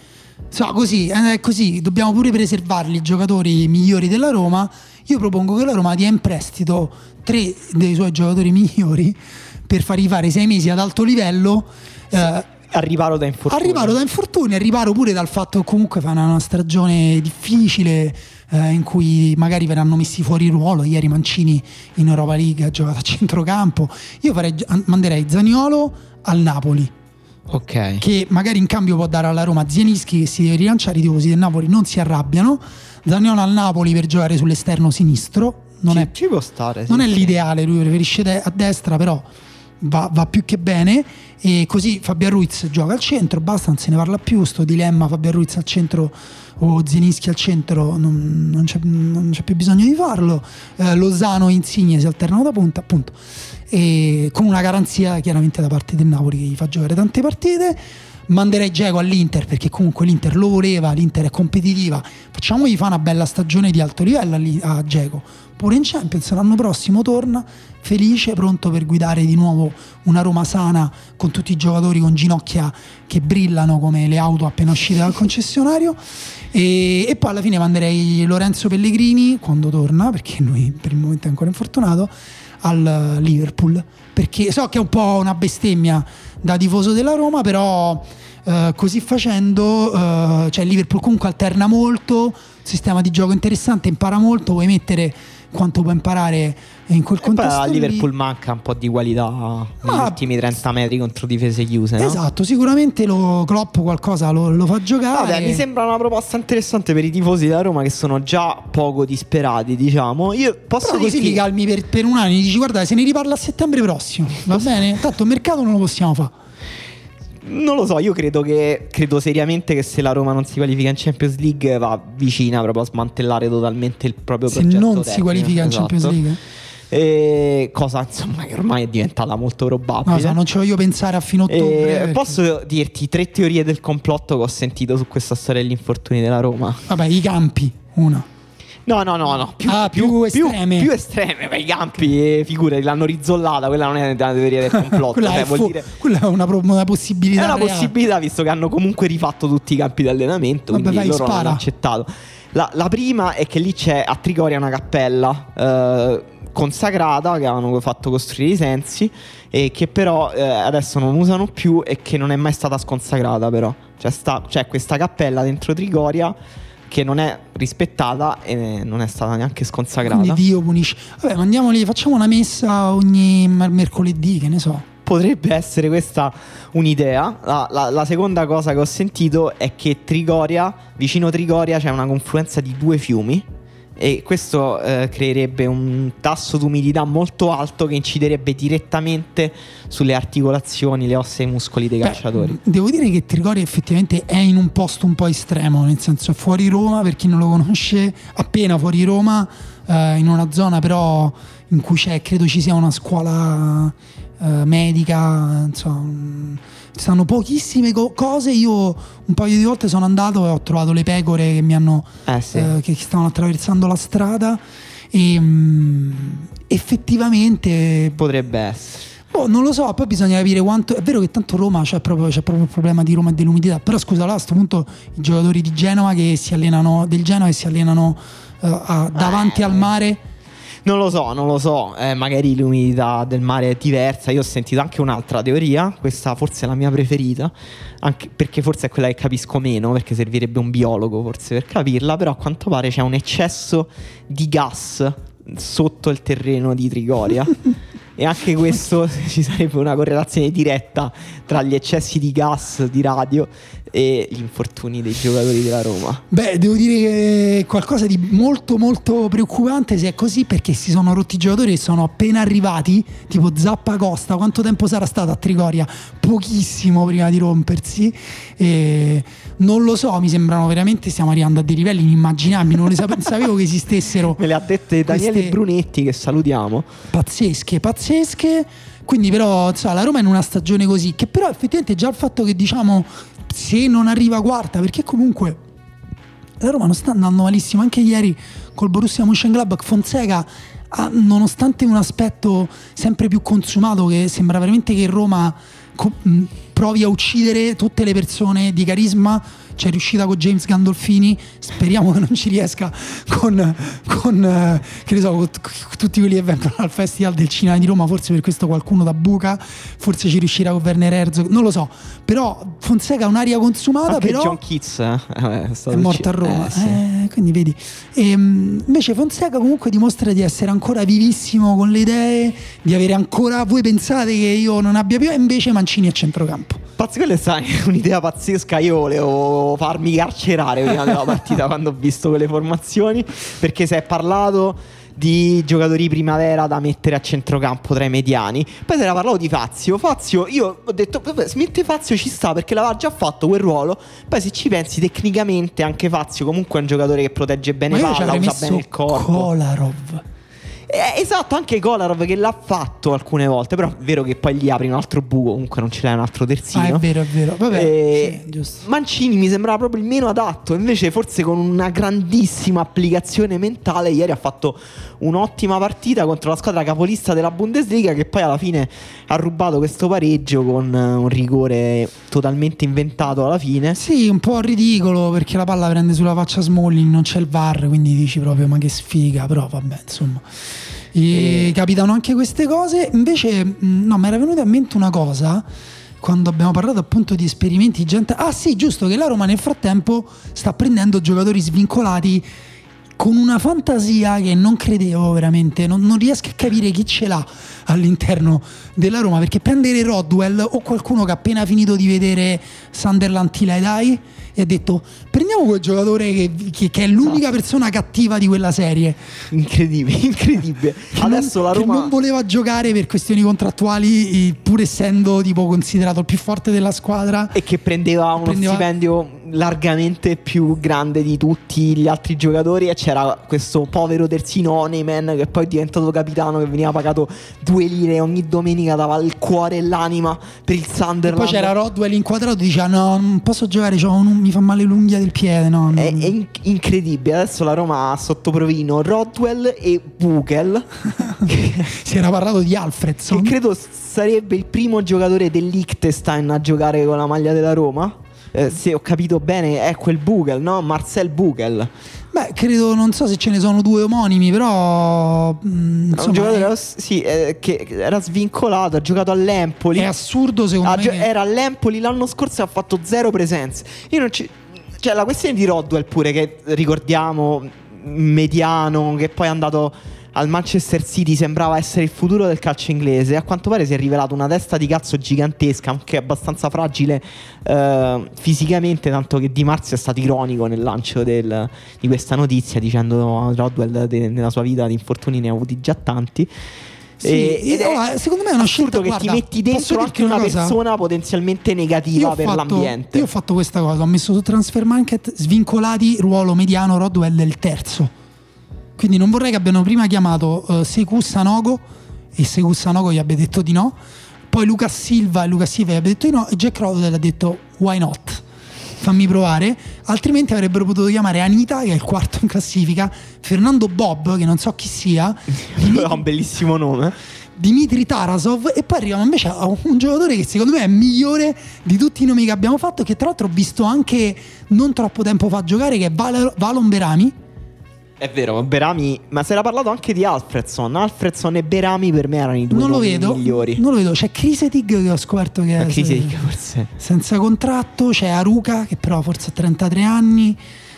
C: così, dobbiamo pure preservarli i giocatori migliori della Roma. Io propongo che la Roma dia in prestito 3 dei suoi giocatori migliori per fargli fare 6 mesi ad alto livello,
B: a riparo da infortuni, a riparo pure dal fatto che comunque fa una stagione difficile, in cui magari verranno messi fuori ruolo. Ieri Mancini in Europa League ha giocato a centrocampo. Io manderei Zaniolo al Napoli, ok,
C: che magari in cambio può dare alla Roma Zielinski, che si deve rilanciare. I tifosi del Napoli non si arrabbiano. Zaniolo al Napoli per giocare sull'esterno sinistro
B: ci può stare,
C: non è l'ideale, lui preferisce a destra, però va più che bene. E così Fabian Ruiz gioca al centro, basta, non se ne parla più. Sto dilemma Fabian Ruiz al centro o Zielinski al centro non c'è più bisogno di farlo. Lozano e Insigne si alternano da punta, appunto, e con una garanzia chiaramente da parte del Napoli che gli fa giocare tante partite. Manderei Dzeko all'Inter, perché comunque l'Inter lo voleva, l'Inter è competitiva. Facciamogli fare una bella stagione di alto livello a Dzeko, pure in Champions. L'anno prossimo torna felice, pronto per guidare di nuovo una Roma sana, con tutti i giocatori con ginocchia che brillano come le auto appena uscite dal concessionario. E poi alla fine manderei Lorenzo Pellegrini, quando torna, perché lui per il momento è ancora infortunato, al Liverpool, perché so che è un po' una bestemmia da tifoso della Roma, però così facendo, cioè Liverpool comunque alterna molto, sistema di gioco interessante, impara molto, vuoi mettere quanto può imparare in quel contesto.
B: Poi a Liverpool manca un po' di qualità negli ultimi 30 metri contro difese chiuse, no?
C: Esatto, sicuramente Klopp qualcosa lo fa giocare.
B: Vabbè, mi sembra una proposta interessante per i tifosi della Roma che sono già poco disperati, diciamo. Io posso
C: Però così li calmi per un anno, gli dici guarda se ne riparla a settembre prossimo, va bene? Tanto il mercato non lo possiamo fare.
B: Non lo so, io credo seriamente che se la Roma non si qualifica in Champions League va vicina proprio a smantellare totalmente il proprio progetto
C: se non
B: tecnico.
C: Si qualifica in Champions League,
B: cosa insomma che ormai è diventata molto probabile.
C: No, non ce l'ho io pensare a fine ottobre.
B: Posso dirti 3 teorie del complotto che ho sentito su questa storia degli infortuni della Roma?
C: Vabbè, i campi, una.
B: No.
C: Più estreme.
B: Più estreme, ma i campi, figurati, l'hanno rizzollata. Quella non è una teoria del complotto.
C: quella è una possibilità.
B: È una
C: reale.
B: possibilità, visto che hanno comunque rifatto tutti i campi di allenamento.
C: Vabbè,
B: quindi loro
C: spara.
B: l'hanno accettato. La prima è che lì c'è a Trigoria una cappella consacrata che avevano fatto costruire i Sensi e che però adesso non usano più e che non è mai stata sconsacrata, però c'è questa cappella dentro Trigoria che non è rispettata e non è stata neanche sconsacrata.
C: Quindi Dio punisce. Vabbè, mandiamo lì, facciamo una messa ogni mercoledì, che ne so.
B: Potrebbe essere questa un'idea. La seconda cosa che ho sentito è che vicino Trigoria c'è una confluenza di 2 fiumi e questo creerebbe un tasso di umidità molto alto che inciderebbe direttamente sulle articolazioni, le ossa e i muscoli dei calciatori.
C: Devo dire che Trigoria effettivamente è in un posto un po' estremo, nel senso fuori Roma, per chi non lo conosce, appena fuori Roma, in una zona però in cui credo ci sia una scuola medica, insomma, ci stanno pochissime cose. Io un paio di volte sono andato e ho trovato le pecore che mi hanno che stavano attraversando la strada e effettivamente
B: potrebbe essere.
C: Non lo so, poi bisogna capire quanto. È vero che tanto Roma c'è proprio il problema di Roma e dell'umidità. Però scusa, là a sto punto i giocatori di Genova che si allenano davanti al mare.
B: Non lo so, magari l'umidità del mare è diversa. Io ho sentito anche un'altra teoria, questa forse è la mia preferita, anche perché forse è quella che capisco meno, perché servirebbe un biologo forse per capirla, però a quanto pare c'è un eccesso di gas sotto il terreno di Trigoria e anche questo ci sarebbe una correlazione diretta tra gli eccessi di gas di radio e gli infortuni dei giocatori della Roma.
C: Beh, devo dire che è qualcosa di molto molto preoccupante se è così, perché si sono rotti i giocatori e sono appena arrivati, tipo Zappacosta. Quanto tempo sarà stato a Trigoria? Pochissimo prima di rompersi, e non lo so, mi sembrano veramente, stiamo arrivando a dei livelli inimmaginabili, non le sapevo che esistessero.
B: Me le ha dette Daniele Brunetti, che salutiamo.
C: Pazzesche. Quindi però la Roma è in una stagione così, che però effettivamente già il fatto che diciamo se non arriva quarta, perché comunque la Roma non sta andando malissimo, anche ieri col Borussia Mönchengladbach Fonseca nonostante un aspetto sempre più consumato, che sembra veramente che Roma provi a uccidere tutte le persone di carisma. C'è riuscita con James Gandolfini, speriamo che non ci riesca con che ne so, con tutti quelli che vengono al Festival del Cinema di Roma. Forse per questo qualcuno da buca, forse ci riuscirà con Werner Herzog, non lo so. Però Fonseca ha un'aria consumata.
B: Anche
C: però
B: John Keats
C: è morto a Roma,
B: sì.
C: Quindi vedi. Invece Fonseca comunque dimostra di essere ancora vivissimo con le idee, di avere ancora. Voi pensate che io non abbia più, e invece Mancini a centrocampo.
B: Quella è un'idea pazzesca. Io volevo farmi carcerare prima della partita quando ho visto quelle formazioni, perché si è parlato di giocatori primavera da mettere a centrocampo tra i mediani, poi si era parlato di Fazio, io ho detto smette, Fazio ci sta perché l'aveva già fatto quel ruolo. Poi se ci pensi tecnicamente anche Fazio comunque è un giocatore che protegge bene palla, usa bene il corpo.
C: Kolarov.
B: Esatto, anche Kolarov che l'ha fatto alcune volte, però è vero che poi gli apri un altro buco, comunque non ce l'hai un altro terzino.
C: È vero. Vabbè, sì, giusto.
B: Mancini mi sembrava proprio il meno adatto, invece forse con una grandissima applicazione mentale ieri ha fatto un'ottima partita contro la squadra capolista della Bundesliga, che poi alla fine ha rubato questo pareggio con un rigore totalmente inventato alla fine.
C: Sì, un po' ridicolo, perché la palla prende sulla faccia Smalling, non c'è il VAR, quindi dici proprio ma che sfiga, però vabbè, insomma. Capitano anche queste cose. Invece no, mi era venuta in mente una cosa quando abbiamo parlato appunto di esperimenti, gente... Ah sì, giusto, che la Roma nel frattempo sta prendendo giocatori svincolati con una fantasia che non credevo veramente, non riesco a capire chi ce l'ha all'interno della Roma, perché prendere Rodwell o qualcuno che ha appena finito di vedere Sunderland Till I Die e ha detto prendiamo quel giocatore che è l'unica persona cattiva di quella serie,
B: incredibile. Adesso la Roma
C: che non voleva giocare per questioni contrattuali, pur essendo tipo considerato il più forte della squadra,
B: e che prendeva uno stipendio largamente più grande di tutti gli altri giocatori, e c'era questo povero terzino Honeyman che poi è diventato capitano, che veniva pagato 2 lire ogni domenica, dava il cuore e l'anima per il Sunderland.
C: E poi c'era Rodwell inquadrato, diceva no, non posso giocare, mi fa male l'unghia del piede. No.
B: È incredibile. Adesso la Roma ha sotto provino Rodwell e Buchel.
C: Si era parlato di Alfredson,
B: che credo sarebbe il primo giocatore del Liechtenstein a giocare con la maglia della Roma. Se ho capito bene è quel Buchel, no? Marcel Buchel.
C: Beh, credo, non so se ce ne sono 2 omonimi, però insomma,
B: un giocatore che era svincolato, ha giocato all'Empoli.
C: È assurdo secondo me
B: era all'Empoli l'anno scorso e ha fatto 0 presenze. Cioè la questione di Rodwell pure, che ricordiamo mediano, che poi è andato al Manchester City, sembrava essere il futuro del calcio inglese. A quanto pare si è rivelato una testa di cazzo gigantesca, anche abbastanza fragile fisicamente, tanto che Di Marzio è stato ironico nel lancio di questa notizia, dicendo Rodwell nella sua vita di infortuni ne ha avuti già tanti.
C: Sì, secondo me è una scelta
B: che ti metti dentro anche una persona potenzialmente negativa per l'ambiente.
C: Io ho fatto questa cosa, ho messo su Transfermarkt svincolati ruolo mediano Rodwell del terzo. Quindi non vorrei che abbiano prima chiamato Sekou Sanogo e Sekou Sanogo gli abbia detto di no, poi Lucas Silva gli abbia detto di no, e Jack Rodwell ha detto why not, fammi provare. Altrimenti avrebbero potuto chiamare Anita, che è il quarto in classifica, Fernando Bob, che non so chi sia,
B: ha un bellissimo nome,
C: Dimitri Tarasov, e poi arriviamo invece a un giocatore che secondo me è migliore di tutti i nomi che abbiamo fatto, che tra l'altro ho visto anche non troppo tempo fa giocare, che è Valon Berami.
B: È vero, Berami, ma si era parlato anche di Alfredson e Berami per me erano i 2 migliori.
C: Non lo vedo, c'è Krisetic, che ho scoperto che è
B: forse
C: senza contratto, c'è Aruka che però forse ha 33 anni.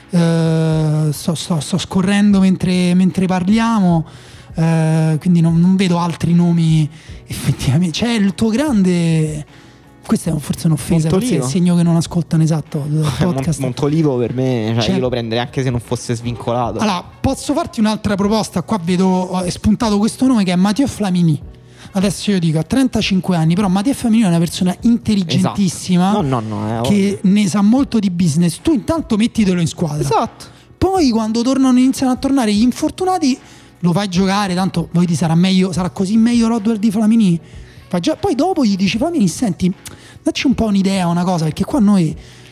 C: Sto scorrendo mentre parliamo, quindi non vedo altri nomi effettivamente. C'è il tuo grande... Questa è forse un'offesa, forse è il segno che non ascoltano esatto il podcast.
B: Montolivo per me, io lo prenderei anche se non fosse svincolato.
C: Allora, posso farti un'altra proposta? Qua vedo, è spuntato questo nome che è Matteo Flamini. Adesso io dico, ha 35 anni, però Matteo Flamini è una persona intelligentissima,
B: esatto.
C: Che ne sa molto di business. Tu intanto mettitelo in squadra.
B: Esatto.
C: Poi quando iniziano a tornare gli infortunati, lo fai giocare, tanto poi ti sarà meglio, sarà così meglio Rodwell di Flamini. Poi dopo gli dici Flamini, senti, dacci un po' un'idea, una cosa, perché qua noi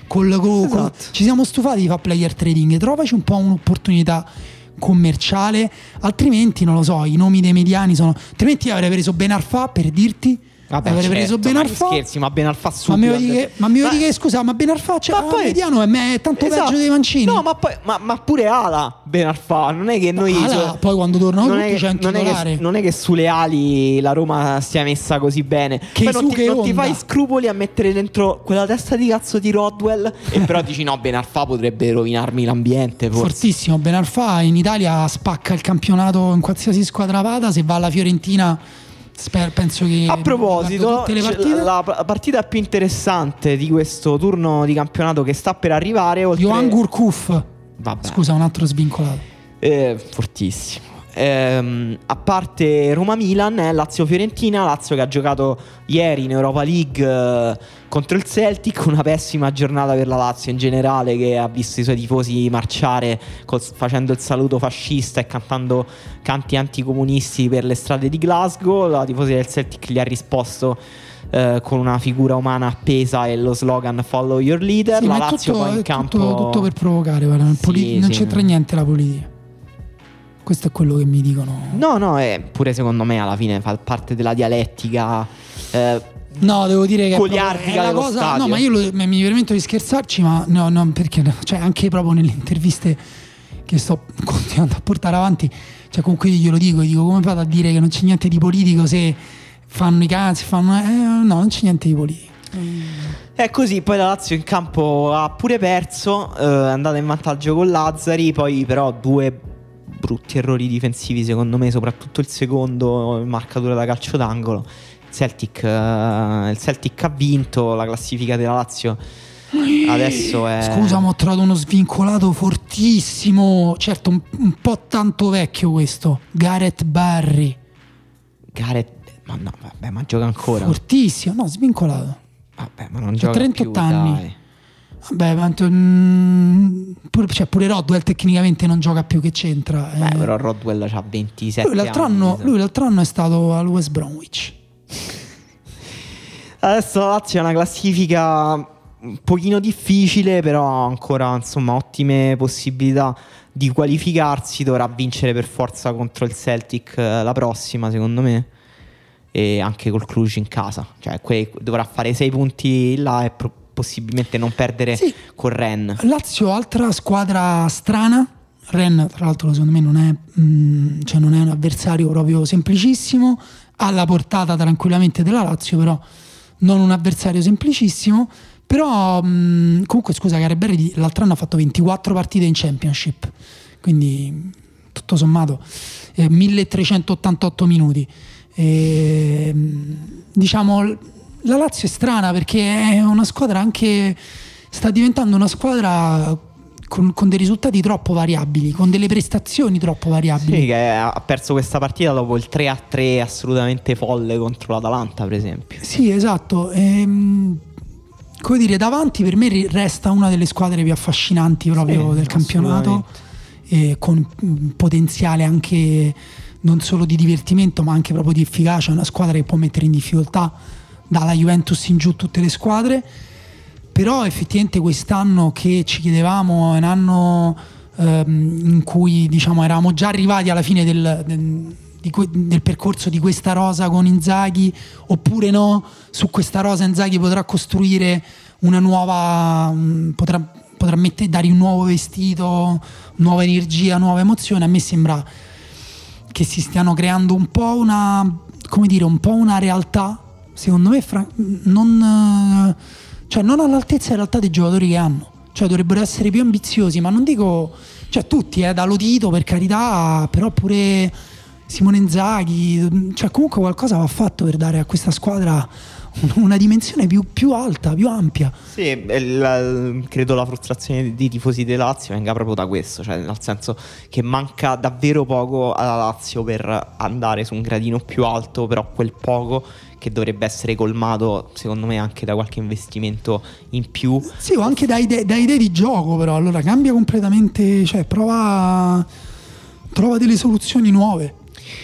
C: ci siamo stufati di fare player trading, trovaci un po' un'opportunità commerciale, altrimenti non lo so, i nomi dei mediani sono, altrimenti avrei preso Ben Arfa, per dirti.
B: Vabbè, preso Ben Arfa. Scherzi, ma Ben Arfa subito.
C: Ma mi vuoi dire scusa, ma Ben Arfa mediano è tanto peggio dei Mancini.
B: No, ma pure Ala Ben Arfa, non è che noi
C: poi quando tornano tutti c'è un titolare.
B: Non è che sulle ali la Roma sia messa così bene.
C: Che
B: poi non ti fai scrupoli a mettere dentro quella testa di cazzo di Rodwell e però dici no, Ben Arfa potrebbe rovinarmi l'ambiente, forse.
C: Fortissimo, Ben Arfa in Italia spacca il campionato in qualsiasi squadra vada, se va alla Fiorentina. Penso che
B: a proposito, la partita più interessante di questo turno di campionato che sta per arrivare,
C: Johan Gourcuff, scusa, un altro svincolato,
B: fortissimo. A parte Roma-Milan, Lazio-Fiorentina. Lazio che ha giocato ieri in Europa League contro il Celtic, una pessima giornata per la Lazio in generale, che ha visto i suoi tifosi marciare facendo il saluto fascista e cantando canti anticomunisti per le strade di Glasgow. La tifosa del Celtic gli ha risposto con una figura umana appesa e lo slogan Follow your leader.
C: Sì,
B: la Lazio poi in campo
C: tutto per provocare, non c'entra niente la politica. Questo è quello che mi dicono.
B: No, pure secondo me alla fine fa parte della dialettica.
C: No, devo dire che
B: è la cosa.
C: Stadio. No, ma io mi permetto di scherzarci, ma no, perché cioè anche proprio nelle interviste che sto continuando a portare avanti, cioè comunque io glielo dico come fate a dire che non c'è niente di politico se fanno i cazzi, no, non c'è niente di politico.
B: È così, poi la Lazio in campo ha pure perso, è andata in vantaggio con Lazzari, poi però due brutti errori difensivi secondo me, soprattutto il secondo, marcatura da calcio d'angolo. Il Celtic ha vinto la classifica della Lazio. Adesso è...
C: Scusa, ma ho trovato uno svincolato fortissimo, certo un po' tanto vecchio questo, Gareth Barry.
B: Ma no, vabbè, ma gioca ancora.
C: Fortissimo, no, svincolato.
B: Vabbè, ma non gioca
C: 38
B: più,
C: anni.
B: dai.
C: Vabbè, pure Rodwell tecnicamente non gioca più, che c'entra.
B: Beh, però Rodwell ha 27
C: lui l'altro anno è stato al West Bromwich.
B: Adesso la Lazio è una classifica un pochino difficile, però ancora insomma ottime possibilità di qualificarsi. Dovrà vincere per forza contro il Celtic la prossima, secondo me, e anche col Cluj in casa, cioè dovrà fare 6 punti là e possibilmente non perdere con Rennes.
C: Lazio, altra squadra strana. Rennes tra l'altro secondo me non è un avversario proprio semplicissimo, alla portata tranquillamente della Lazio, però non un avversario semplicissimo. Però comunque scusa, Gareth l'altro anno ha fatto 24 partite in Championship, quindi tutto sommato 1388 minuti. Diciamo la Lazio è strana perché è una squadra, anche sta diventando una squadra con dei risultati troppo variabili, con delle prestazioni troppo variabili.
B: Sì, che ha perso questa partita dopo il 3-3 assolutamente folle contro l'Atalanta, per esempio.
C: Sì, esatto. Come dire, davanti per me resta una delle squadre più affascinanti proprio del campionato, con potenziale anche non solo di divertimento ma anche proprio di efficacia. Una squadra che può mettere in difficoltà dalla Juventus in giù tutte le squadre. Però effettivamente quest'anno, che ci chiedevamo, è un anno in cui diciamo eravamo già arrivati alla fine del percorso di questa rosa con Inzaghi, oppure no, su questa rosa Inzaghi potrà costruire una nuova, potrà dare un nuovo vestito, nuova energia, nuova emozione. A me sembra che si stiano creando un po' una realtà, secondo me non all'altezza in realtà dei giocatori che hanno. Cioè dovrebbero essere più ambiziosi, ma non dico, cioè tutti, da Lotito per carità, però pure Simone Inzaghi, cioè comunque qualcosa va fatto per dare a questa squadra una dimensione più alta, più ampia.
B: Sì, credo la frustrazione dei tifosi della Lazio venga proprio da questo, cioè nel senso che manca davvero poco alla Lazio per andare su un gradino più alto, però quel poco che dovrebbe essere colmato secondo me anche da qualche investimento in più.
C: Sì, o anche da idee di gioco, però allora cambia completamente, cioè trova delle soluzioni nuove.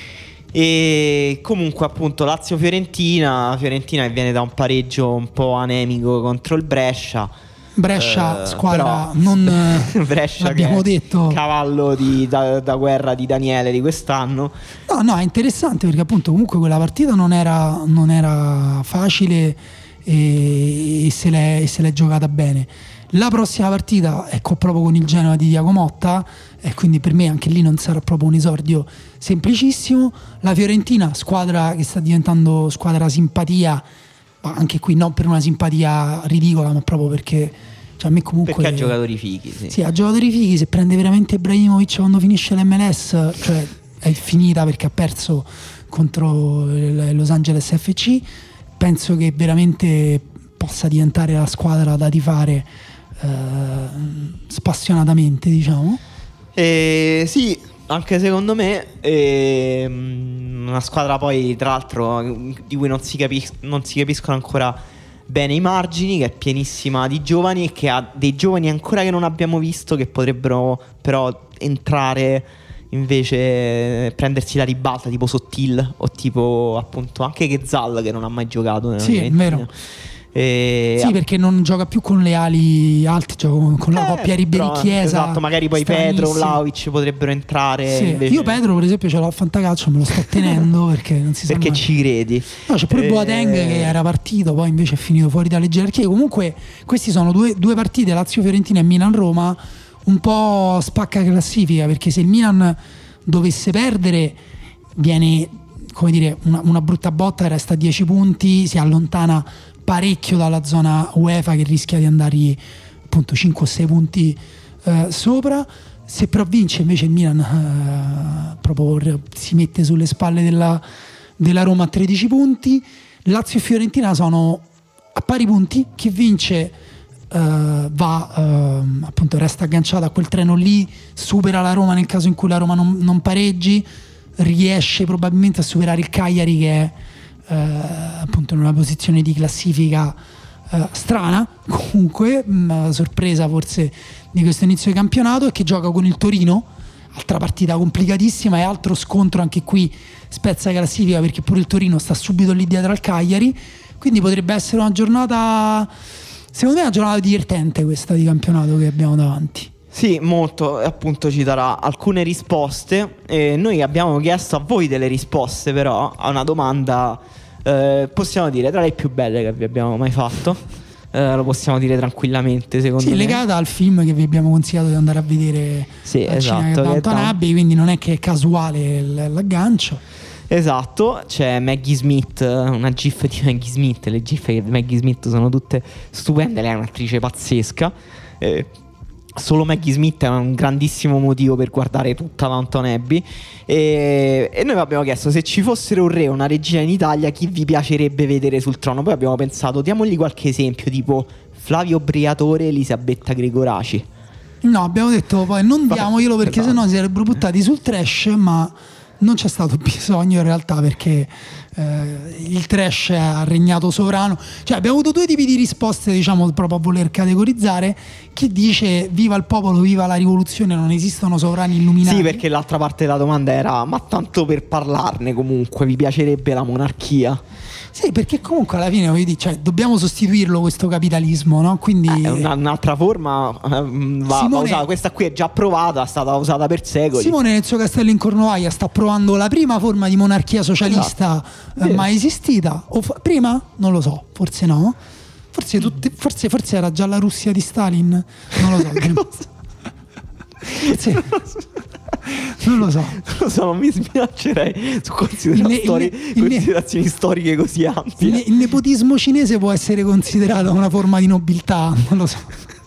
B: E comunque appunto Lazio-Fiorentina che viene da un pareggio un po' anemico contro il Brescia, squadra non Brescia,
C: l'abbiamo detto,
B: cavallo da guerra di Daniele di quest'anno. No,
C: è interessante perché appunto comunque quella partita non era facile e se l'è giocata bene. La prossima partita è proprio con il Genoa di Thiago Motta, e quindi per me anche lì non sarà proprio un esordio semplicissimo. La Fiorentina, squadra che sta diventando squadra simpatia, ma anche qui non per una simpatia ridicola, ma proprio perché, cioè, a me comunque,
B: perché ha giocatori fighi.
C: Sì, ha giocatori fighi. Se prende veramente Ibrahimovic quando finisce l'MLS, cioè è finita, perché ha perso contro il Los Angeles FC. Penso che veramente possa diventare la squadra da tifare spassionatamente, diciamo.
B: Sì, anche secondo me una squadra poi tra l'altro di cui non si capiscono ancora bene i margini, che è pienissima di giovani e che ha dei giovani ancora che non abbiamo visto, che potrebbero però entrare, invece prendersi la ribalta, tipo Sottil o tipo appunto anche Ghezal, che non ha mai giocato nella
C: Fiorentina. È vero. Sì, perché non gioca più con le ali alte, gioca con la coppia Ribéry-Chiesa.
B: Esatto, magari poi Pedro, Vlahovic potrebbero entrare.
C: Sì.
B: Invece... Io
C: Pedro per esempio ce l'ho a fantacalcio, me lo sto tenendo perché non si sa
B: perché
C: mai.
B: Ci credi.
C: No, c'è pure Boateng che era partito, poi invece è finito fuori dalle gerarchie. Comunque questi sono due partite, Lazio-Fiorentina e Milan-Roma, un po' spacca classifica, perché se il Milan dovesse perdere viene, come dire, una brutta botta, resta a 10 punti, si allontana parecchio dalla zona UEFA, che rischia di andare appunto 5 o 6 punti sopra. Se però vince invece il Milan proprio si mette sulle spalle della Roma a 13 punti. Lazio e Fiorentina sono a pari punti, chi vince appunto resta agganciato a quel treno lì, supera la Roma nel caso in cui la Roma non pareggi, riesce probabilmente a superare il Cagliari, che è appunto in una posizione di classifica strana, comunque sorpresa forse di questo inizio di campionato, e che gioca con il Torino, altra partita complicatissima e altro scontro anche qui, spezza la classifica, perché pure il Torino sta subito lì dietro al Cagliari, quindi potrebbe essere una giornata, secondo me una giornata divertente questa di campionato che abbiamo davanti.
B: Sì, molto, appunto ci darà alcune risposte e noi abbiamo chiesto a voi delle risposte però a una domanda, possiamo dire, tra le più belle che vi abbiamo mai fatto, lo possiamo dire tranquillamente, secondo me. Sì,
C: legata al film che vi abbiamo consigliato di andare a vedere,
B: sì,
C: al
B: esatto,
C: cinema, che è Downton Abbey, quindi non è che è casuale l'aggancio.
B: Esatto, c'è Maggie Smith, una gif di Maggie Smith, le gif di Maggie Smith sono tutte stupende, lei è un'attrice pazzesca, solo Maggie Smith è un grandissimo motivo per guardare tutta Downton Abbey, e noi vi abbiamo chiesto se ci fossero un re o una regina in Italia chi vi piacerebbe vedere sul trono. Poi abbiamo pensato, diamogli qualche esempio, tipo Flavio Briatore, Elisabetta Gregoraci.
C: No, abbiamo detto poi non diamoglielo perché sennò si sarebbero buttati sul trash, ma non c'è stato bisogno in realtà, perché il trash ha regnato sovrano. Cioè abbiamo avuto due tipi di risposte, diciamo, proprio a voler categorizzare. Chi dice viva il popolo, viva la rivoluzione, non esistono sovrani illuminati.
B: Sì, perché l'altra parte della domanda era ma tanto per parlarne, comunque vi piacerebbe la monarchia?
C: Sì, perché comunque alla fine voglio dire, cioè, dobbiamo sostituirlo questo capitalismo, no? Quindi
B: un'altra forma va usata. Questa qui è già provata, è stata usata per secoli.
C: Simone nel suo castello in Cornovaglia sta provando la prima forma di monarchia socialista mai esistita. Prima? Non lo so, forse no. Forse era già la Russia di Stalin. Non lo so. Forse... Non lo so,
B: non mi sbilancerei su considerazioni storiche così ampie.
C: Il nepotismo cinese può essere considerato una forma di nobiltà, non lo so.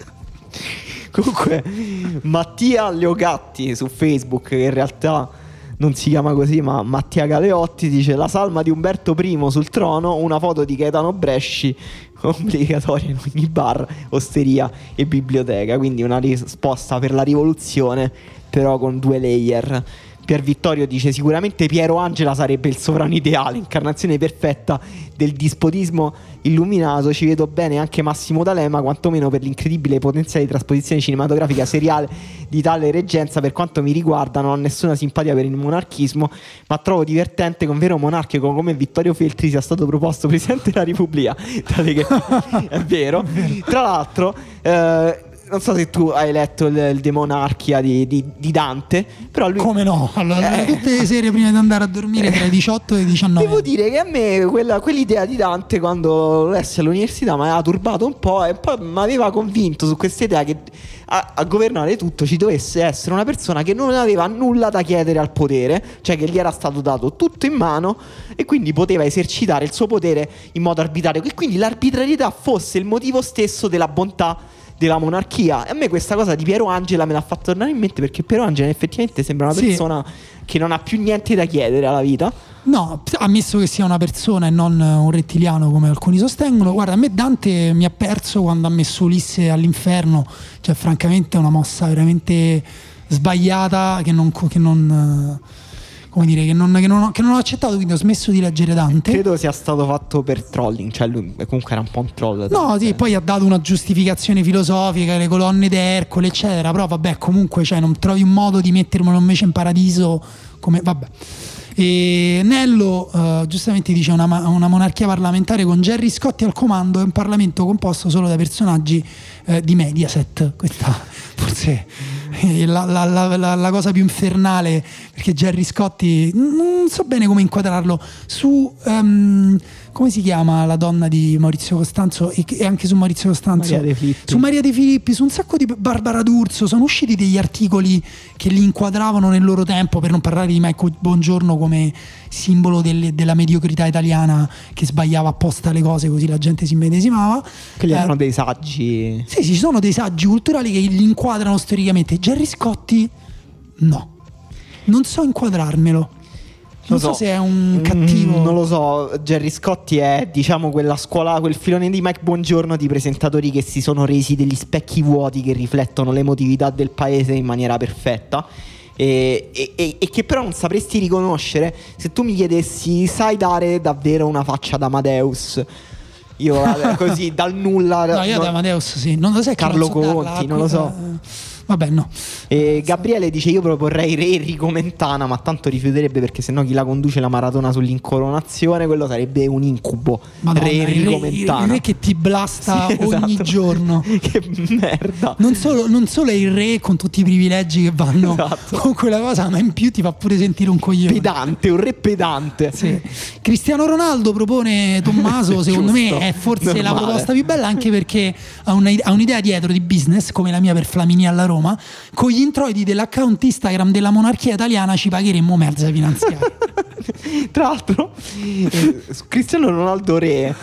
B: Comunque Mattia Leogatti su Facebook, che in realtà non si chiama così ma Mattia Galeotti, dice la salma di Umberto I sul trono, una foto di Gaetano Bresci obbligatoria in ogni bar, osteria e biblioteca. Quindi una risposta per la rivoluzione, però con 2 layer. Pier Vittorio dice sicuramente Piero Angela sarebbe il sovrano ideale, incarnazione perfetta del dispotismo illuminato. Ci vedo bene anche Massimo D'Alema, quantomeno per l'incredibile potenziale di trasposizione cinematografica seriale di tale reggenza. Per quanto mi riguarda non ho nessuna simpatia per il monarchismo, ma trovo divertente che un vero monarchico come Vittorio Feltri sia stato proposto Presidente della Repubblica. Tale che è vero. Tra l'altro non so se tu hai letto il De Monarchia di Dante, però lui...
C: Come no? Allora, tutte le sere prima di andare a dormire tra i 18 e i 19.
B: Devo dire che a me quell'idea di Dante, quando lessi all'università, mi aveva turbato un po', e poi mi aveva convinto su questa idea che a governare tutto ci dovesse essere una persona che non aveva nulla da chiedere al potere, cioè che gli era stato dato tutto in mano e quindi poteva esercitare il suo potere in modo arbitrario, che quindi l'arbitrarietà fosse il motivo stesso della bontà della monarchia. E a me questa cosa di Piero Angela me l'ha fatto tornare in mente, perché Piero Angela effettivamente sembra una persona che non ha più niente da chiedere alla vita.
C: No, ammesso che sia una persona e non un rettiliano come alcuni sostengono. Guarda, a me Dante mi ha perso quando ha messo Ulisse all'inferno, cioè francamente è una mossa veramente sbagliata che non come dire, che non ho accettato, quindi ho smesso di leggere Dante.
B: Credo sia stato fatto per trolling, cioè lui comunque era un po' un troll.
C: No, sì, poi ha dato una giustificazione filosofica, le colonne d'Ercole, eccetera, però vabbè, comunque, cioè, non trovi un modo di mettermelo invece in paradiso come... vabbè. E Nello giustamente dice una monarchia parlamentare con Gerry Scotti al comando e un Parlamento composto solo da personaggi di Mediaset. Questa forse è la cosa più infernale, perché Gerry Scotti non so bene come inquadrarlo su come si chiama la donna di Maurizio Costanzo e anche su Maurizio Costanzo,
B: Maria De Filippi.
C: su Maria De Filippi, su un sacco di Barbara D'Urso, sono usciti degli articoli che li inquadravano nel loro tempo, per non parlare di Michael Bongiorno come simbolo della mediocrità italiana che sbagliava apposta le cose così la gente si immedesimava.
B: Quelli erano dei saggi.
C: Sì, ci sono dei saggi culturali che li inquadrano storicamente. Gerry Scotti no, non so inquadrarmelo. Non so se è un cattivo.
B: Non lo so. Gerry Scotti è, diciamo, quella scuola, quel filone di Mike Bongiorno di presentatori che si sono resi degli specchi vuoti che riflettono l'emotività del paese in maniera perfetta. E che però non sapresti riconoscere se tu mi chiedessi: sai dare davvero una faccia ad Amadeus? Io così dal nulla.
C: No, io ad Amadeus sì. Non lo sai,
B: Carlo Conti, non lo so.
C: Vabbè, no.
B: E Gabriele dice: io proporrei Re Enrico Mentana, ma tanto rifiuterebbe perché sennò chi la conduce la maratona sull'incoronazione, quello sarebbe un incubo.
C: Madonna,
B: Re Enrico Mentana,
C: il re che ti blasta
B: sì,
C: ogni
B: esatto.
C: giorno.
B: Che merda.
C: Non solo è il re con tutti i privilegi che vanno
B: Esatto.
C: con quella cosa, ma in più ti fa pure sentire un coglione.
B: Pedante, un re pedante.
C: Sì. Cristiano Ronaldo propone Tommaso, secondo me è forse
B: normale.
C: la proposta più bella, anche perché ha un'idea dietro di business come la mia per Flamini alla Roma. Con gli introiti dell'account Instagram della monarchia italiana ci pagheremmo mezza finanziaria.
B: Tra l'altro su Cristiano Ronaldo re,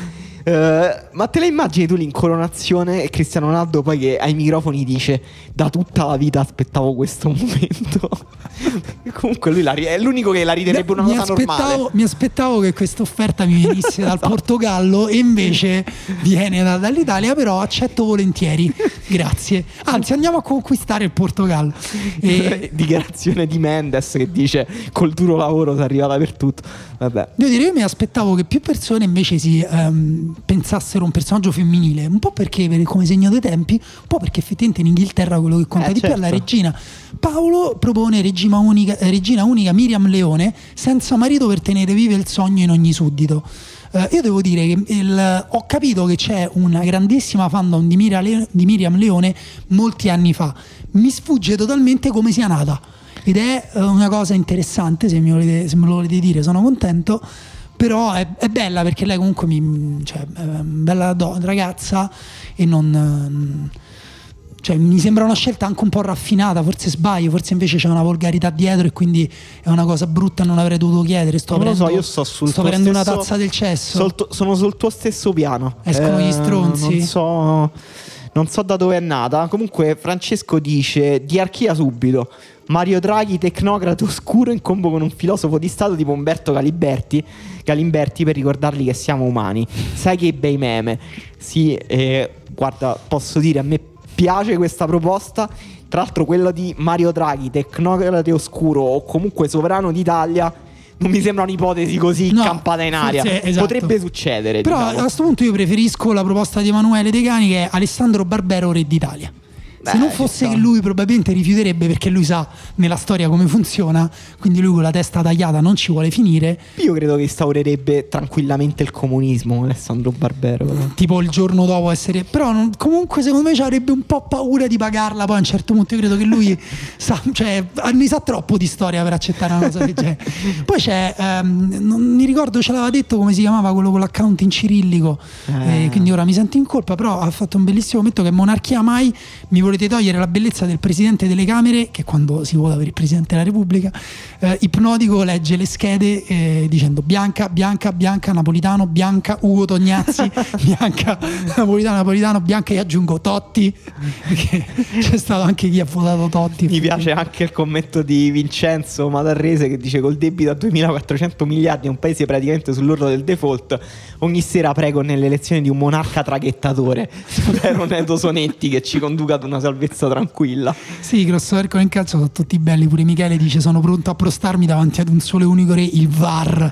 B: ma te la immagini tu l'incoronazione e Cristiano Ronaldo poi che ai microfoni dice: da tutta la vita aspettavo questo momento. Comunque lui è l'unico che la riderebbe una cosa normale.
C: Mi aspettavo che questa offerta mi venisse dal Portogallo e invece viene dall'Italia, però accetto volentieri, grazie. Anzi, andiamo a conquistare il Portogallo.
B: Dichiarazione di Mendes che dice: col duro lavoro si è arrivata per tutto. Vabbè.
C: Devo dire, io mi aspettavo che più persone invece si pensassero un personaggio femminile, un po' perché come segno dei tempi, un po' perché effettivamente in Inghilterra quello che conta di più è la regina. Paolo propone regina unica Miriam Leone, senza marito per tenere vivo il sogno in ogni suddito. Io devo dire che ho capito che c'è una grandissima fandom di Miriam Leone molti anni fa. Mi sfugge totalmente come sia nata ed è una cosa interessante, se me lo volete dire sono contento. Però è bella perché lei comunque è una bella ragazza e mi sembra una scelta anche un po' raffinata. Forse sbaglio, forse invece c'è una volgarità dietro e quindi è una cosa brutta, non avrei dovuto chiedere.
B: Non lo so, io sto
C: prendendo una tazza del cesso.
B: Sono sul tuo stesso piano.
C: Escono gli stronzi.
B: Non so da dove è nata. Comunque Francesco dice: diarchia subito. Mario Draghi, tecnocrate oscuro in combo con un filosofo di Stato tipo Umberto Galimberti per ricordargli che siamo umani. Sai che bei meme. Sì, guarda, posso dire, a me piace questa proposta. Tra l'altro quella di Mario Draghi, tecnocrate oscuro o comunque sovrano d'Italia, non mi sembra un'ipotesi così campata in aria. Esatto. Potrebbe succedere.
C: Però
B: diciamo.
C: a questo punto io preferisco la proposta di Emanuele Decani, che è Alessandro Barbero re d'Italia. Se non fosse che lui probabilmente rifiuterebbe, perché lui sa nella storia come funziona, quindi lui con la testa tagliata non ci vuole finire.
B: Io credo che instaurerebbe tranquillamente il comunismo Alessandro Barbero,
C: tipo il giorno dopo essere. Però comunque secondo me ci avrebbe un po' paura di pagarla. Poi a un certo punto io credo che lui ne sa troppo di storia per accettare una cosa del genere. Poi c'è non mi ricordo, ce l'aveva detto come si chiamava quello con l'account in cirillico, quindi ora mi sento in colpa. Però ha fatto un bellissimo commento che monarchia mai, mi volete togliere la bellezza del Presidente delle Camere, che quando si vota per il Presidente della Repubblica ipnotico legge le schede dicendo Bianca, Bianca, Bianca, Napolitano, Bianca, Ugo Tognazzi, Bianca, Napolitano, Bianca, e aggiungo Totti, perché c'è stato anche chi ha votato Totti.
B: Mi piace anche il commento di Vincenzo Matarrese che dice: col debito a 2.400 miliardi è un paese praticamente sull'orlo del default, ogni sera prego nelle elezioni di un monarca traghettatore, spero Neto Sonetti che ci conduca ad una salvezza tranquilla.
C: Sì, crossover con il calcio sono tutti belli. Pure Michele dice: sono pronto a prostarmi davanti ad un sole unico re, il VAR.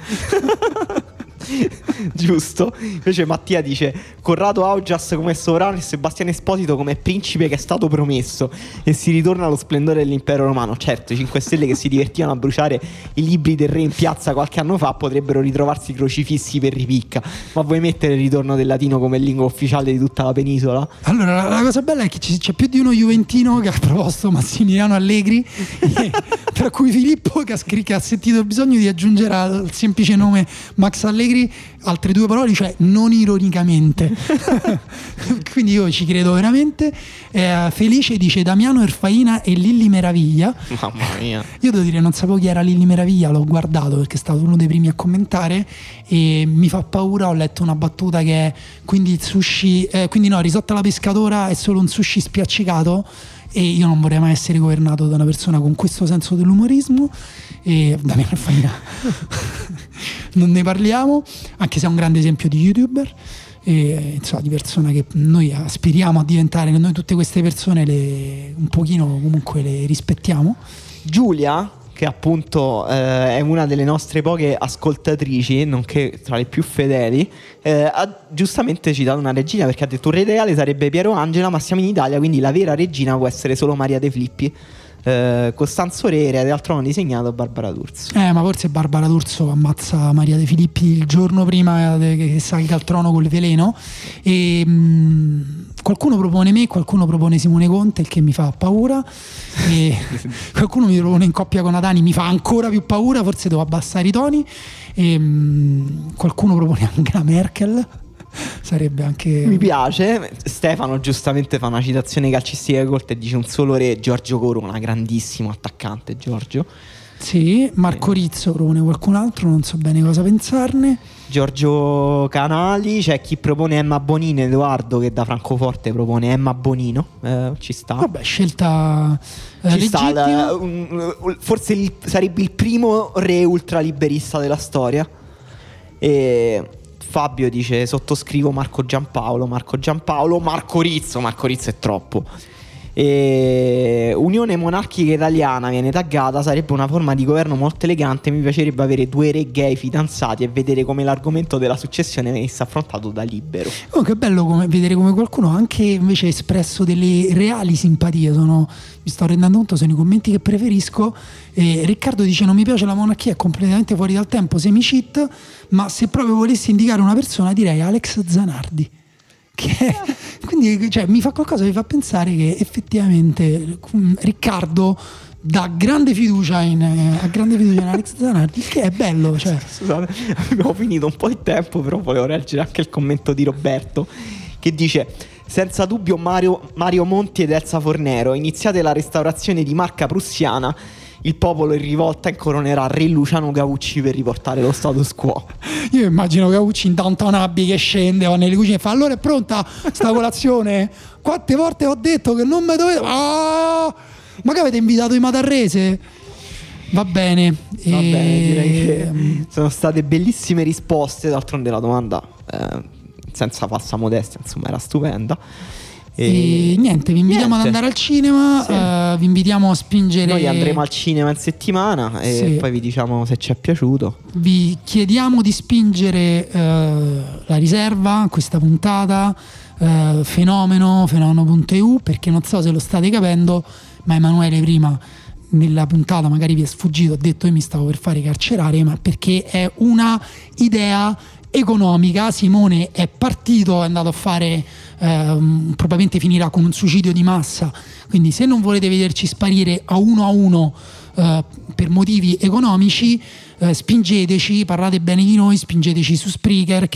B: Giusto. Invece Mattia dice: Corrado Augias come sovrano e Sebastiano Esposito come principe che è stato promesso, e si ritorna allo splendore dell'impero romano. Certo, i 5 Stelle che si divertivano a bruciare i libri del re in piazza qualche anno fa potrebbero ritrovarsi crocifissi per ripicca. Ma vuoi mettere il ritorno del latino come lingua ufficiale di tutta la penisola?
C: Allora, la cosa bella è che c'è più di uno juventino che ha proposto Massimiliano Allegri tra cui Filippo che ha sentito il bisogno di aggiungere al semplice nome Max Allegri allegri, altre 2 parole, cioè non ironicamente. Quindi io ci credo veramente. Felice dice Damiano Erfaina e Lilli Meraviglia.
B: Mamma mia.
C: Io devo dire, non sapevo chi era Lilli Meraviglia, l'ho guardato perché è stato uno dei primi a commentare e mi fa paura. Ho letto una battuta che è quindi il sushi, quindi no, risotto alla pescatora è solo un sushi spiaccicato, e io non vorrei mai essere governato da una persona con questo senso dell'umorismo. E Damiano Erfaina non ne parliamo, anche se è un grande esempio di YouTuber e insomma di persona che noi aspiriamo a diventare. Noi tutte queste persone un pochino comunque le rispettiamo.
B: Giulia, che appunto è una delle nostre poche ascoltatrici, nonché tra le più fedeli, ha giustamente citato una regina, perché ha detto: un re ideale sarebbe Piero Angela, ma siamo in Italia, quindi la vera regina può essere solo Maria De Filippi. Costanzo Re, erede al trono disegnato Barbara D'Urso.
C: Ma forse Barbara D'Urso ammazza Maria De Filippi il giorno prima che salga al trono col veleno. E qualcuno propone me, qualcuno propone Simone Conte, il che mi fa paura, e qualcuno mi propone in coppia con Adani, mi fa ancora più paura, forse devo abbassare i toni. E qualcuno propone Angela Merkel, sarebbe anche...
B: Mi piace. Stefano giustamente fa una citazione calcistica corta e dice: un solo re, Giorgio Corona, grandissimo attaccante Giorgio.
C: Sì, Marco Rizzo propone qualcun altro, non so bene cosa pensarne.
B: Giorgio Canali, c'è chi propone Emma Bonino, Edoardo che da Francoforte propone Emma Bonino, ci sta.
C: Vabbè, scelta
B: ci
C: legittima.
B: sta, forse sarebbe il primo re ultraliberista della storia. E Fabio dice: sottoscrivo Marco Giampaolo, Marco Rizzo è troppo. E Unione Monarchica Italiana viene taggata, sarebbe una forma di governo molto elegante. Mi piacerebbe avere 2 re gay fidanzati e vedere come l'argomento della successione venisse affrontato da libero.
C: Oh, che bello vedere come qualcuno ha anche invece espresso delle reali simpatie. Mi sto rendendo conto, sono i commenti che preferisco. Riccardo dice: non mi piace la monarchia, è completamente fuori dal tempo, semi-cheat, ma se proprio volessi indicare una persona direi Alex Zanardi. Quindi cioè, mi fa qualcosa, mi fa pensare che effettivamente Riccardo dà grande fiducia in Alex Zanardi, che è bello, cioè.
B: Scusate, abbiamo finito un po' di tempo, però volevo leggere anche il commento di Roberto, che dice: senza dubbio Mario Monti ed Elsa Fornero, iniziate la restaurazione di Marca Prussiana, il popolo in rivolta incoronerà Re Luciano Cavucci per riportare lo status quo.
C: Io immagino Cavucci in Downton Abbey che scende, va nelle cucine e fa: allora è pronta sta colazione? Quante volte ho detto che non mi dovete... ma che avete invitato i Matarrese? Va bene,
B: direi che sono state bellissime risposte. D'altronde la domanda, senza falsa modestia, insomma, era stupenda.
C: E niente, vi invitiamo ad andare al cinema, sì. Vi invitiamo a spingere.
B: Noi andremo al cinema in settimana e sì, poi vi diciamo se ci è piaciuto.
C: Vi chiediamo di spingere la riserva, questa puntata, fenomeno.eu, perché non so se lo state capendo, ma Emanuele prima nella puntata magari vi è sfuggito, ha detto: io mi stavo per fare carcerare, ma perché è una idea economica. Simone è partito, è andato a fare probabilmente finirà con un suicidio di massa, quindi se non volete vederci sparire a uno per motivi economici, spingeteci, parlate bene di noi, spingeteci su Spreaker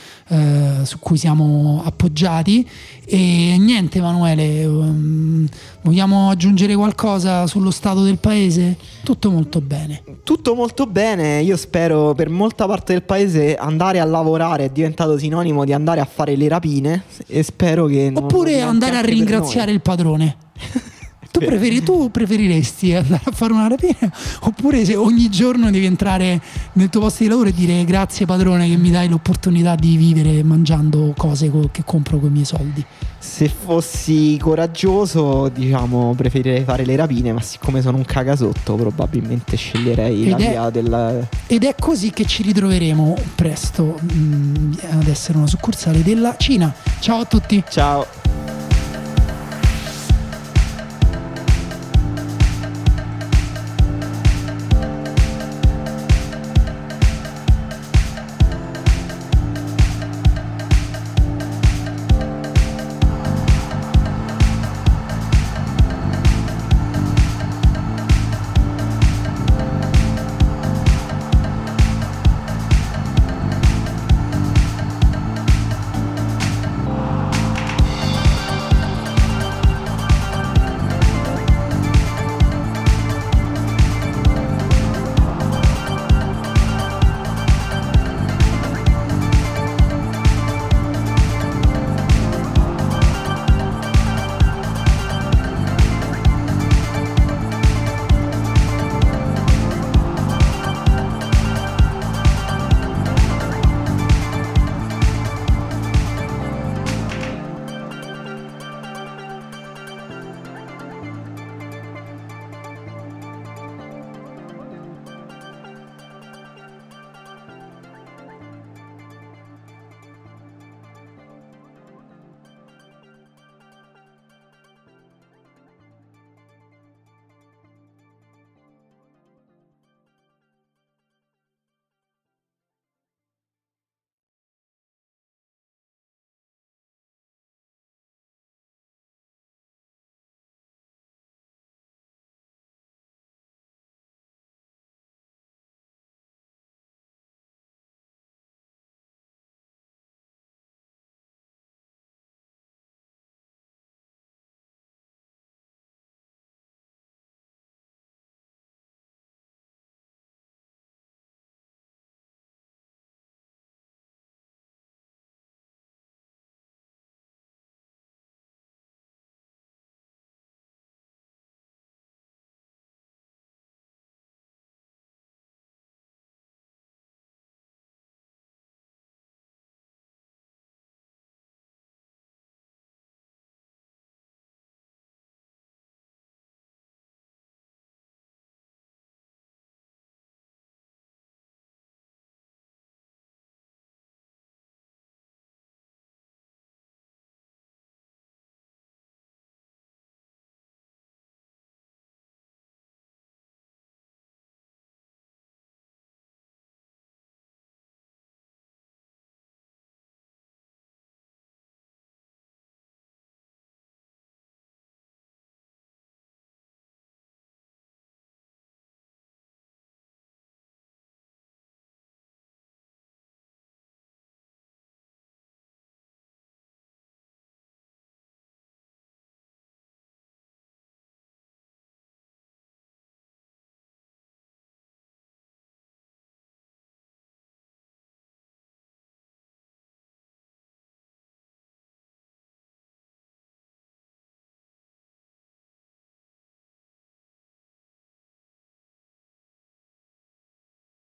C: su cui siamo appoggiati. E niente, Emanuele, vogliamo aggiungere qualcosa sullo stato del paese? Tutto molto bene. Tutto molto bene. Io spero per molta parte del paese andare a lavorare è diventato sinonimo di andare a fare le rapine, e spero che oppure andare a ringraziare il padrone. Tu preferiresti andare a fare una rapina, oppure se ogni giorno devi entrare nel tuo posto di lavoro e dire: grazie padrone che mi dai l'opportunità di vivere mangiando cose che compro con i miei soldi? Se fossi coraggioso, diciamo, preferirei fare le rapine, ma siccome sono un cagasotto probabilmente sceglierei la via del... Ed è così che ci ritroveremo presto ad essere una succursale della Cina. Ciao a tutti. Ciao.